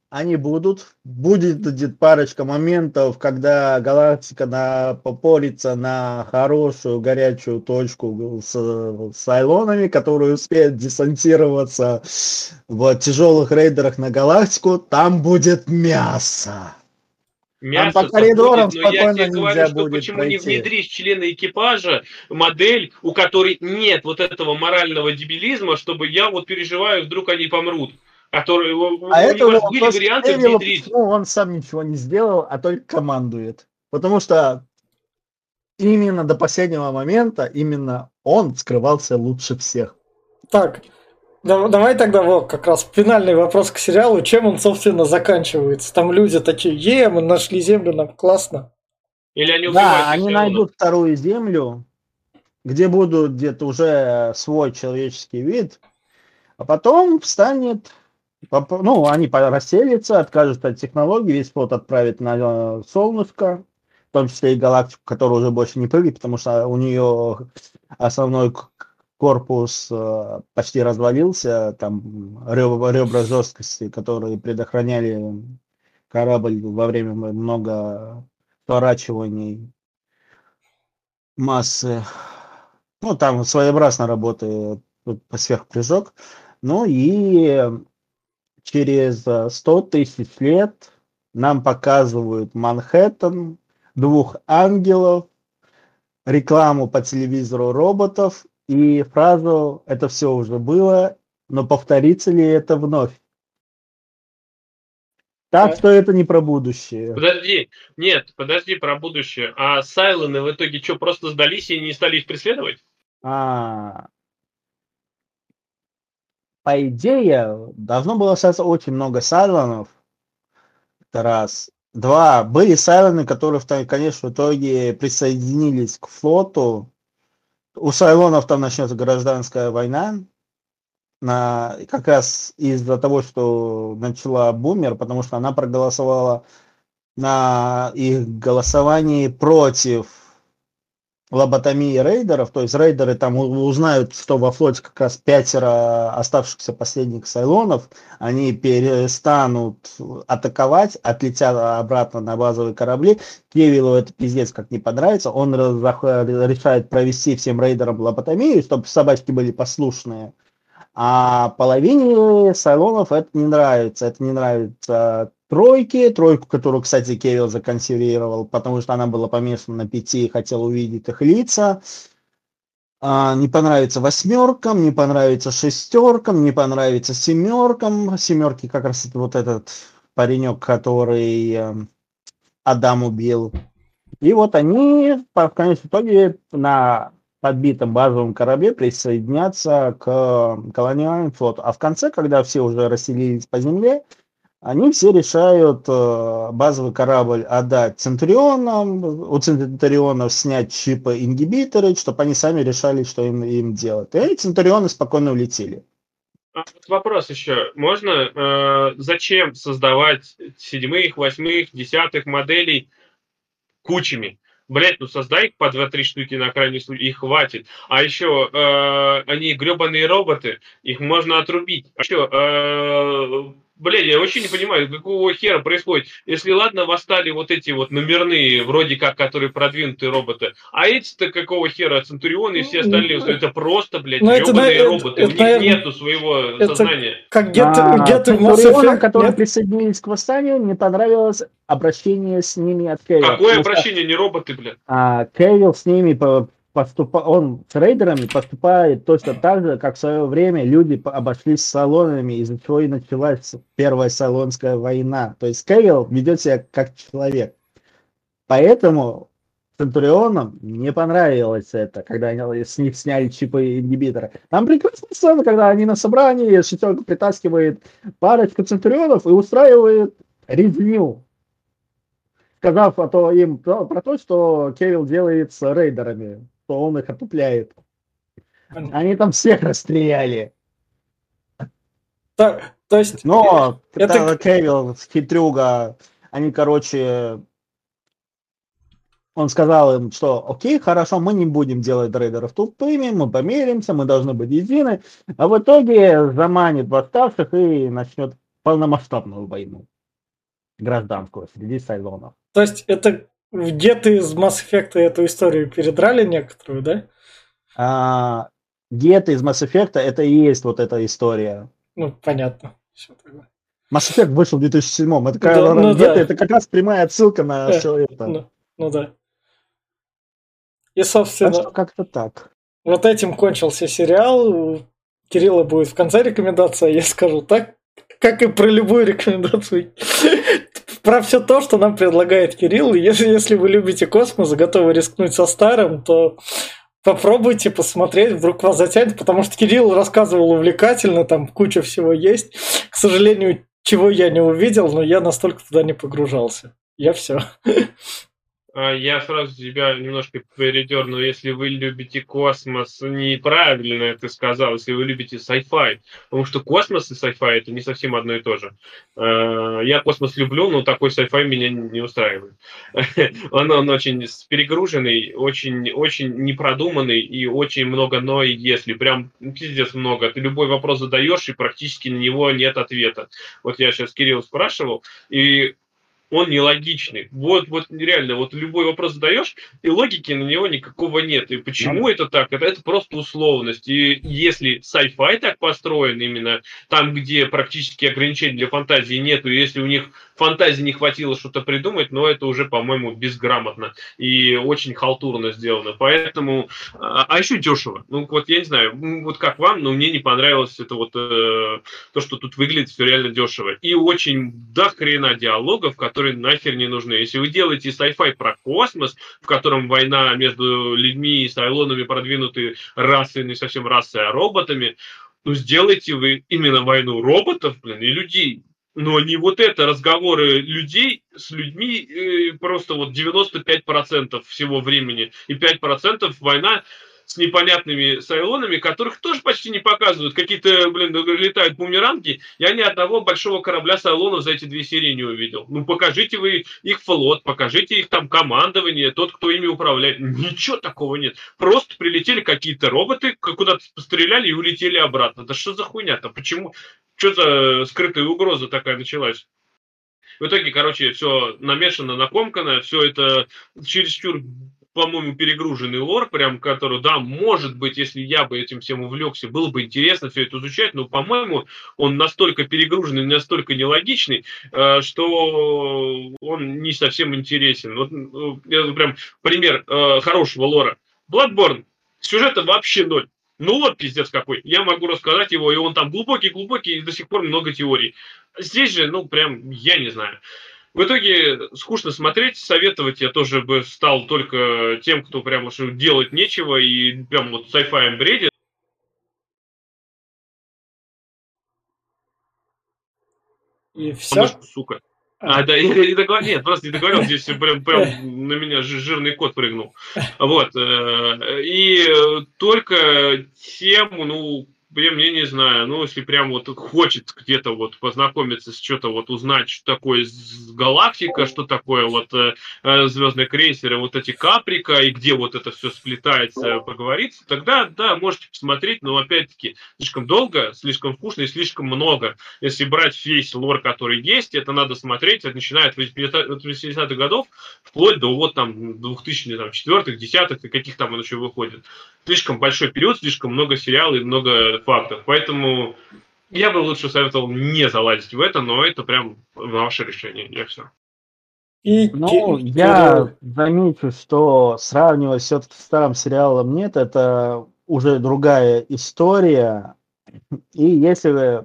они будут. Будет парочка моментов, когда галактика попорится на хорошую горячую точку с айлонами, которые успеют десантироваться в тяжелых рейдерах на галактику. Там будет мясо. Там по Мясо-то коридорам будет, но я спокойно тебе говорю, нельзя что будет почему не пройти. внедришь члены экипажа модель, у которой нет вот этого морального дебилизма, чтобы я вот переживаю, вдруг они помрут. Которые, А у этого него же были вопрос варианты Эвила, внедрить. почему он сам ничего не сделал, а только командует. Потому что именно до последнего момента именно он скрывался лучше всех. Так, давай тогда вот как раз финальный вопрос к сериалу. Чем он, собственно, заканчивается? Там люди такие, мы нашли землю, нам классно. Или они убивают Да, всех они Сайлонов. найдут вторую землю, где будут где-то уже свой человеческий вид, а потом станет, ну, они расселятся, откажутся от технологий, весь флот отправят на солнышко, в том числе и галактику, которая уже больше не прыгает, потому что у нее основной корпус почти развалился, там ребра жесткости, которые предохраняли корабль во время много сворачиваний массы. Ну, там своеобразно работает сверхпрыжок. Ну и через 100 тысяч лет нам показывают Манхэттен, двух ангелов, рекламу по телевизору роботов и фразу «это все уже было, но повторится ли это вновь?» Так что это не про будущее. Подожди про будущее. А Сайлоны в итоге что, просто сдались и не стали их преследовать? По идее, должно было остаться очень много Сайлонов. Это раз. Два. Были Сайлоны, которые, конечно, в итоге присоединились к флоту. У Сайлонов там начнется гражданская война. Как раз из-за того, что начала Бумер, потому что она проголосовала на их голосовании против лоботомии рейдеров, то есть рейдеры там узнают, что во флоте как раз 5 оставшихся последних сайлонов, они перестанут атаковать, отлетят обратно на базовые корабли. Кевиллу это пиздец как не понравится, он решает провести всем рейдерам лоботомию, чтобы собачки были послушные. А половине сайлонов это не нравится тройку, которую, кстати, Кевилл законсервировал, потому что она была помешана на 5 и хотел увидеть их лица. Не понравится восьмеркам, не понравится шестеркам, не понравится семеркам. Семерки как раз это вот этот паренек, который Адам убил. И вот они в конечном итоге на подбитом базовом корабле присоединятся к колониальному флоту. А в конце, когда все уже расселились по земле, они все решают базовый корабль отдать Центурионам, у Центурионов снять чипы-ингибиторы, чтобы они сами решали, что им делать. И Центурионы спокойно улетели. Вопрос еще. Можно, зачем создавать 7, 8, 10 моделей кучами? Блять, ну создай их по 2-3 штуки на крайний случай, и хватит. А еще они гребаные роботы, их можно отрубить. А еще, я вообще не понимаю, какого хера происходит. Если ладно, восстали вот эти вот номерные, вроде как, которые продвинутые роботы, а эти-то какого хера, Центурионы и все остальные, это просто, блядь, гребаные роботы. У них нету своего сознания. Как Центурионам, которые присоединились к восстанию, мне понравилось обращение с ними от Кевилла. Какое обращение, не роботы, блядь? Кевилл с ними он с рейдерами поступает точно так же, как в свое время люди обошлись с салонами, из-за чего и началась Первая Салонская война. То есть Кевилл ведет себя как человек. Поэтому Центурионам не понравилось это, когда они с них сняли чипы ингибитора. Там прекрасная сцена, когда они на собрании, шестерка притаскивает парочку Центурионов и устраивает резню, сказав про то, что Кевилл делает с рейдерами, что он их отупляет. Они там всех расстреляли. То есть... Но Кевилл, хитрюга, они, он сказал им, что окей, хорошо, мы не будем делать рейдеров тупыми, мы помиримся, мы должны быть едины, а в итоге заманит восставших и начнет полномасштабную войну. гражданскую среди сайлонов. То есть это где-то из Mass Effect эту историю передрали некоторую, да? Где-то из Mass Effect это и есть вот эта история. Ну, понятно. Все тогда. Mass Effect вышел в 2007. Это Да, ну где-то да. это как раз прямая отсылка на все это. Ну да. И, Так что собственно, как-то так. вот этим кончился сериал. У Кирилла будет в конце рекомендация, я скажу так, как и про любую рекомендацию. Про все то, что нам предлагает Кирилл. Если вы любите космос, готовы рискнуть со старым, то попробуйте посмотреть, вдруг вас затянет, потому что Кирилл рассказывал увлекательно, там куча всего есть. К сожалению, чего я не увидел, но я настолько туда не погружался. Я все. Я сразу тебя немножко передерну. Если вы любите космос, неправильно это сказал, если вы любите sci-fi. Потому что космос и sci-fi это не совсем одно и то же. Я космос люблю, но такой sci-fi меня не устраивает. Он очень перегруженный, очень, очень непродуманный и очень много но и если. Прям пиздец много. Ты любой вопрос задаешь, и практически на него нет ответа. Вот я сейчас Кирилл спрашивал, и он нелогичный. Вот реально, вот любой вопрос задаешь, и логики на него никакого нет. И почему это так? Это просто условность. И если sci-fi так построен именно там, где практически ограничений для фантазии нету, и если у них фантазии не хватило что-то придумать, но это уже, по-моему, безграмотно и очень халтурно сделано. Поэтому... А еще дешево. Ну, вот я не знаю, вот как вам, но мне не понравилось это вот то, что тут выглядит все реально дешево. И очень до хрена диалогов, которые нахер не нужны. Если вы делаете sci-fi про космос, в котором война между людьми и сайлонами продвинуты расы, не совсем расы, а роботами, ну сделайте вы именно войну роботов, и людей. Но не вот это, разговоры людей с людьми просто вот 95% всего времени. И 5% война с непонятными сайлонами, которых тоже почти не показывают. Какие-то, летают бумеранги. Я ни одного большого корабля сайлонов за эти 2 серии не увидел. Ну, покажите вы их флот, покажите их там командование, тот, кто ими управляет. Ничего такого нет. Просто прилетели какие-то роботы, куда-то постреляли и улетели обратно. Да что за хуйня-то? Почему? Что за скрытая угроза такая началась? В итоге, короче, все намешано, накомкано, все это чересчур, по-моему, перегруженный лор, прям, который, да, может быть, если я бы этим всем увлекся, было бы интересно все это изучать, но, по-моему, он настолько перегруженный, настолько нелогичный, что он не совсем интересен. Вот прям пример хорошего лора. Bloodborne. Сюжета вообще ноль. Ну вот пиздец какой. Я могу рассказать его, и он там глубокий-глубокий, и до сих пор много теорий. Здесь же, ну, прям, я не знаю. В итоге скучно смотреть, советовать я тоже бы стал только тем, кто прям уж делать нечего и прям вот sci-fi бредит. И все? Сука. Да, я не договорил. Нет, просто не договорил. Здесь прям на меня жирный кот прыгнул. Вот. И только тему, ну, прям, я не знаю, ну, если прям вот хочет где-то вот познакомиться с что-то, вот узнать, что такое галактика, что такое вот звездные крейсеры, вот эти Каприка, и где вот это все сплетается, поговорить, тогда, да, можете посмотреть, но, опять-таки, слишком долго, слишком скучно и слишком много. Если брать весь лор, который есть, это надо смотреть, это начиная от 80-х годов, вплоть до вот там 2004-х, 10-х, и каких там он еще выходит. Слишком большой период, слишком много сериалов и много фактов. Поэтому я бы лучше советовал не залазить в это, но это прям ваше решение. Я все. Ну, я замечу, что сравнивать все-таки с старым сериалом нет, это уже другая история. И если вы...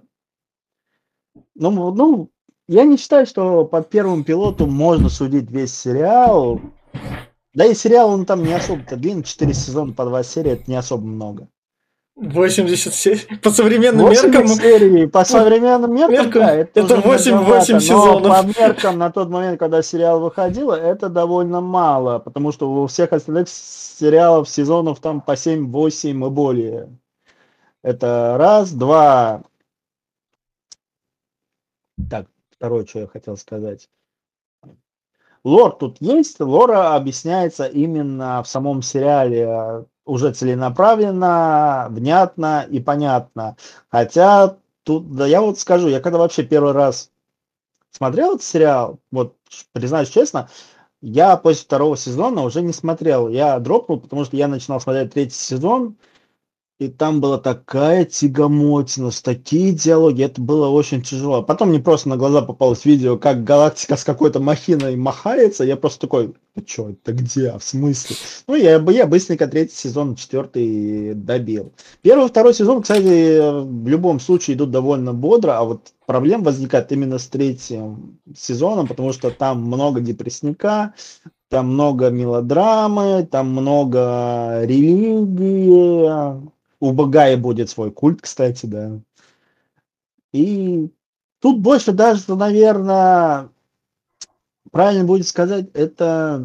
Ну, я не считаю, что по первому пилоту можно судить весь сериал. Да и сериал, он там не особо-то длинный, 4 сезона по 2 серии, это не особо много. 80 серий. По современным меркам... серий. По современным меркам, да, это 8 сезонов. Но по меркам на тот момент, когда сериал выходил, это довольно мало, потому что у всех остальных сериалов, сезонов там по 7-8 и более. Это раз, два... Так, второе, что я хотел сказать. Лор тут есть, лора объясняется именно в самом сериале уже целенаправленно, внятно и понятно. Хотя тут, да я вот скажу, я когда вообще первый раз смотрел этот сериал? Вот, признаюсь честно, я после второго сезона уже не смотрел. Я дропнул, потому что я начинал смотреть третий сезон, и там была такая тягомотина, такие диалоги, это было очень тяжело. Потом мне просто на глаза попалось видео, как галактика с какой-то махиной махается, я просто такой, ты что, это где, в смысле? Ну, я быстренько третий сезон, четвертый добил. Первый, второй сезон, кстати, в любом случае идут довольно бодро, а вот проблем возникает именно с третьим сезоном, потому что там много депрессника, там много мелодрамы, там много религии. У Багая будет свой культ, кстати, да. И тут больше даже, наверное, правильно будет сказать, это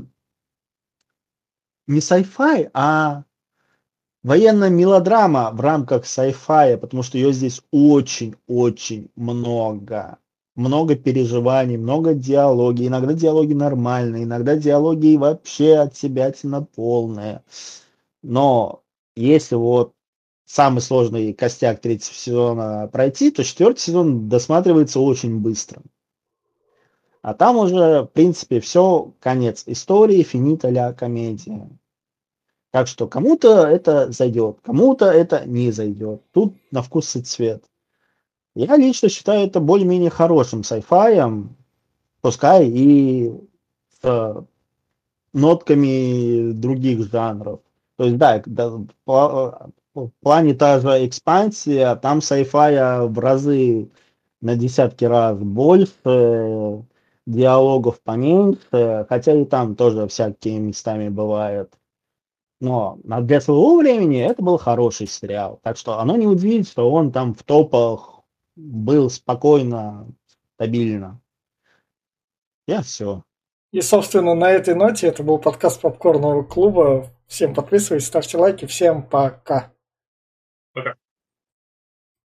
не sci-fi, а военная мелодрама в рамках sci-fi, потому что ее здесь очень-очень много. Много переживаний, много диалоги. Иногда диалоги нормальные, иногда диалоги вообще от себя полные. Но если вот самый сложный костяк третьего сезона пройти, то четвертый сезон досматривается очень быстро. А там уже, в принципе, все, конец истории, финита ля комедия. Так что кому-то это зайдет, кому-то это не зайдет. Тут на вкус и цвет. Я лично считаю это более-менее хорошим сайфаем, пускай и с нотками других жанров. То есть, да, в плане та же экспансия, там сайфая в разы, на десятки раз больше, диалогов поменьше, хотя и там тоже всякие местами бывает. Но для своего времени это был хороший сериал. Так что оно не удивит, что он там в топах был спокойно, стабильно. Я все. И, собственно, на этой ноте это был подкаст Попкорного клуба. Всем подписывайтесь, ставьте лайки. Всем пока. Пока.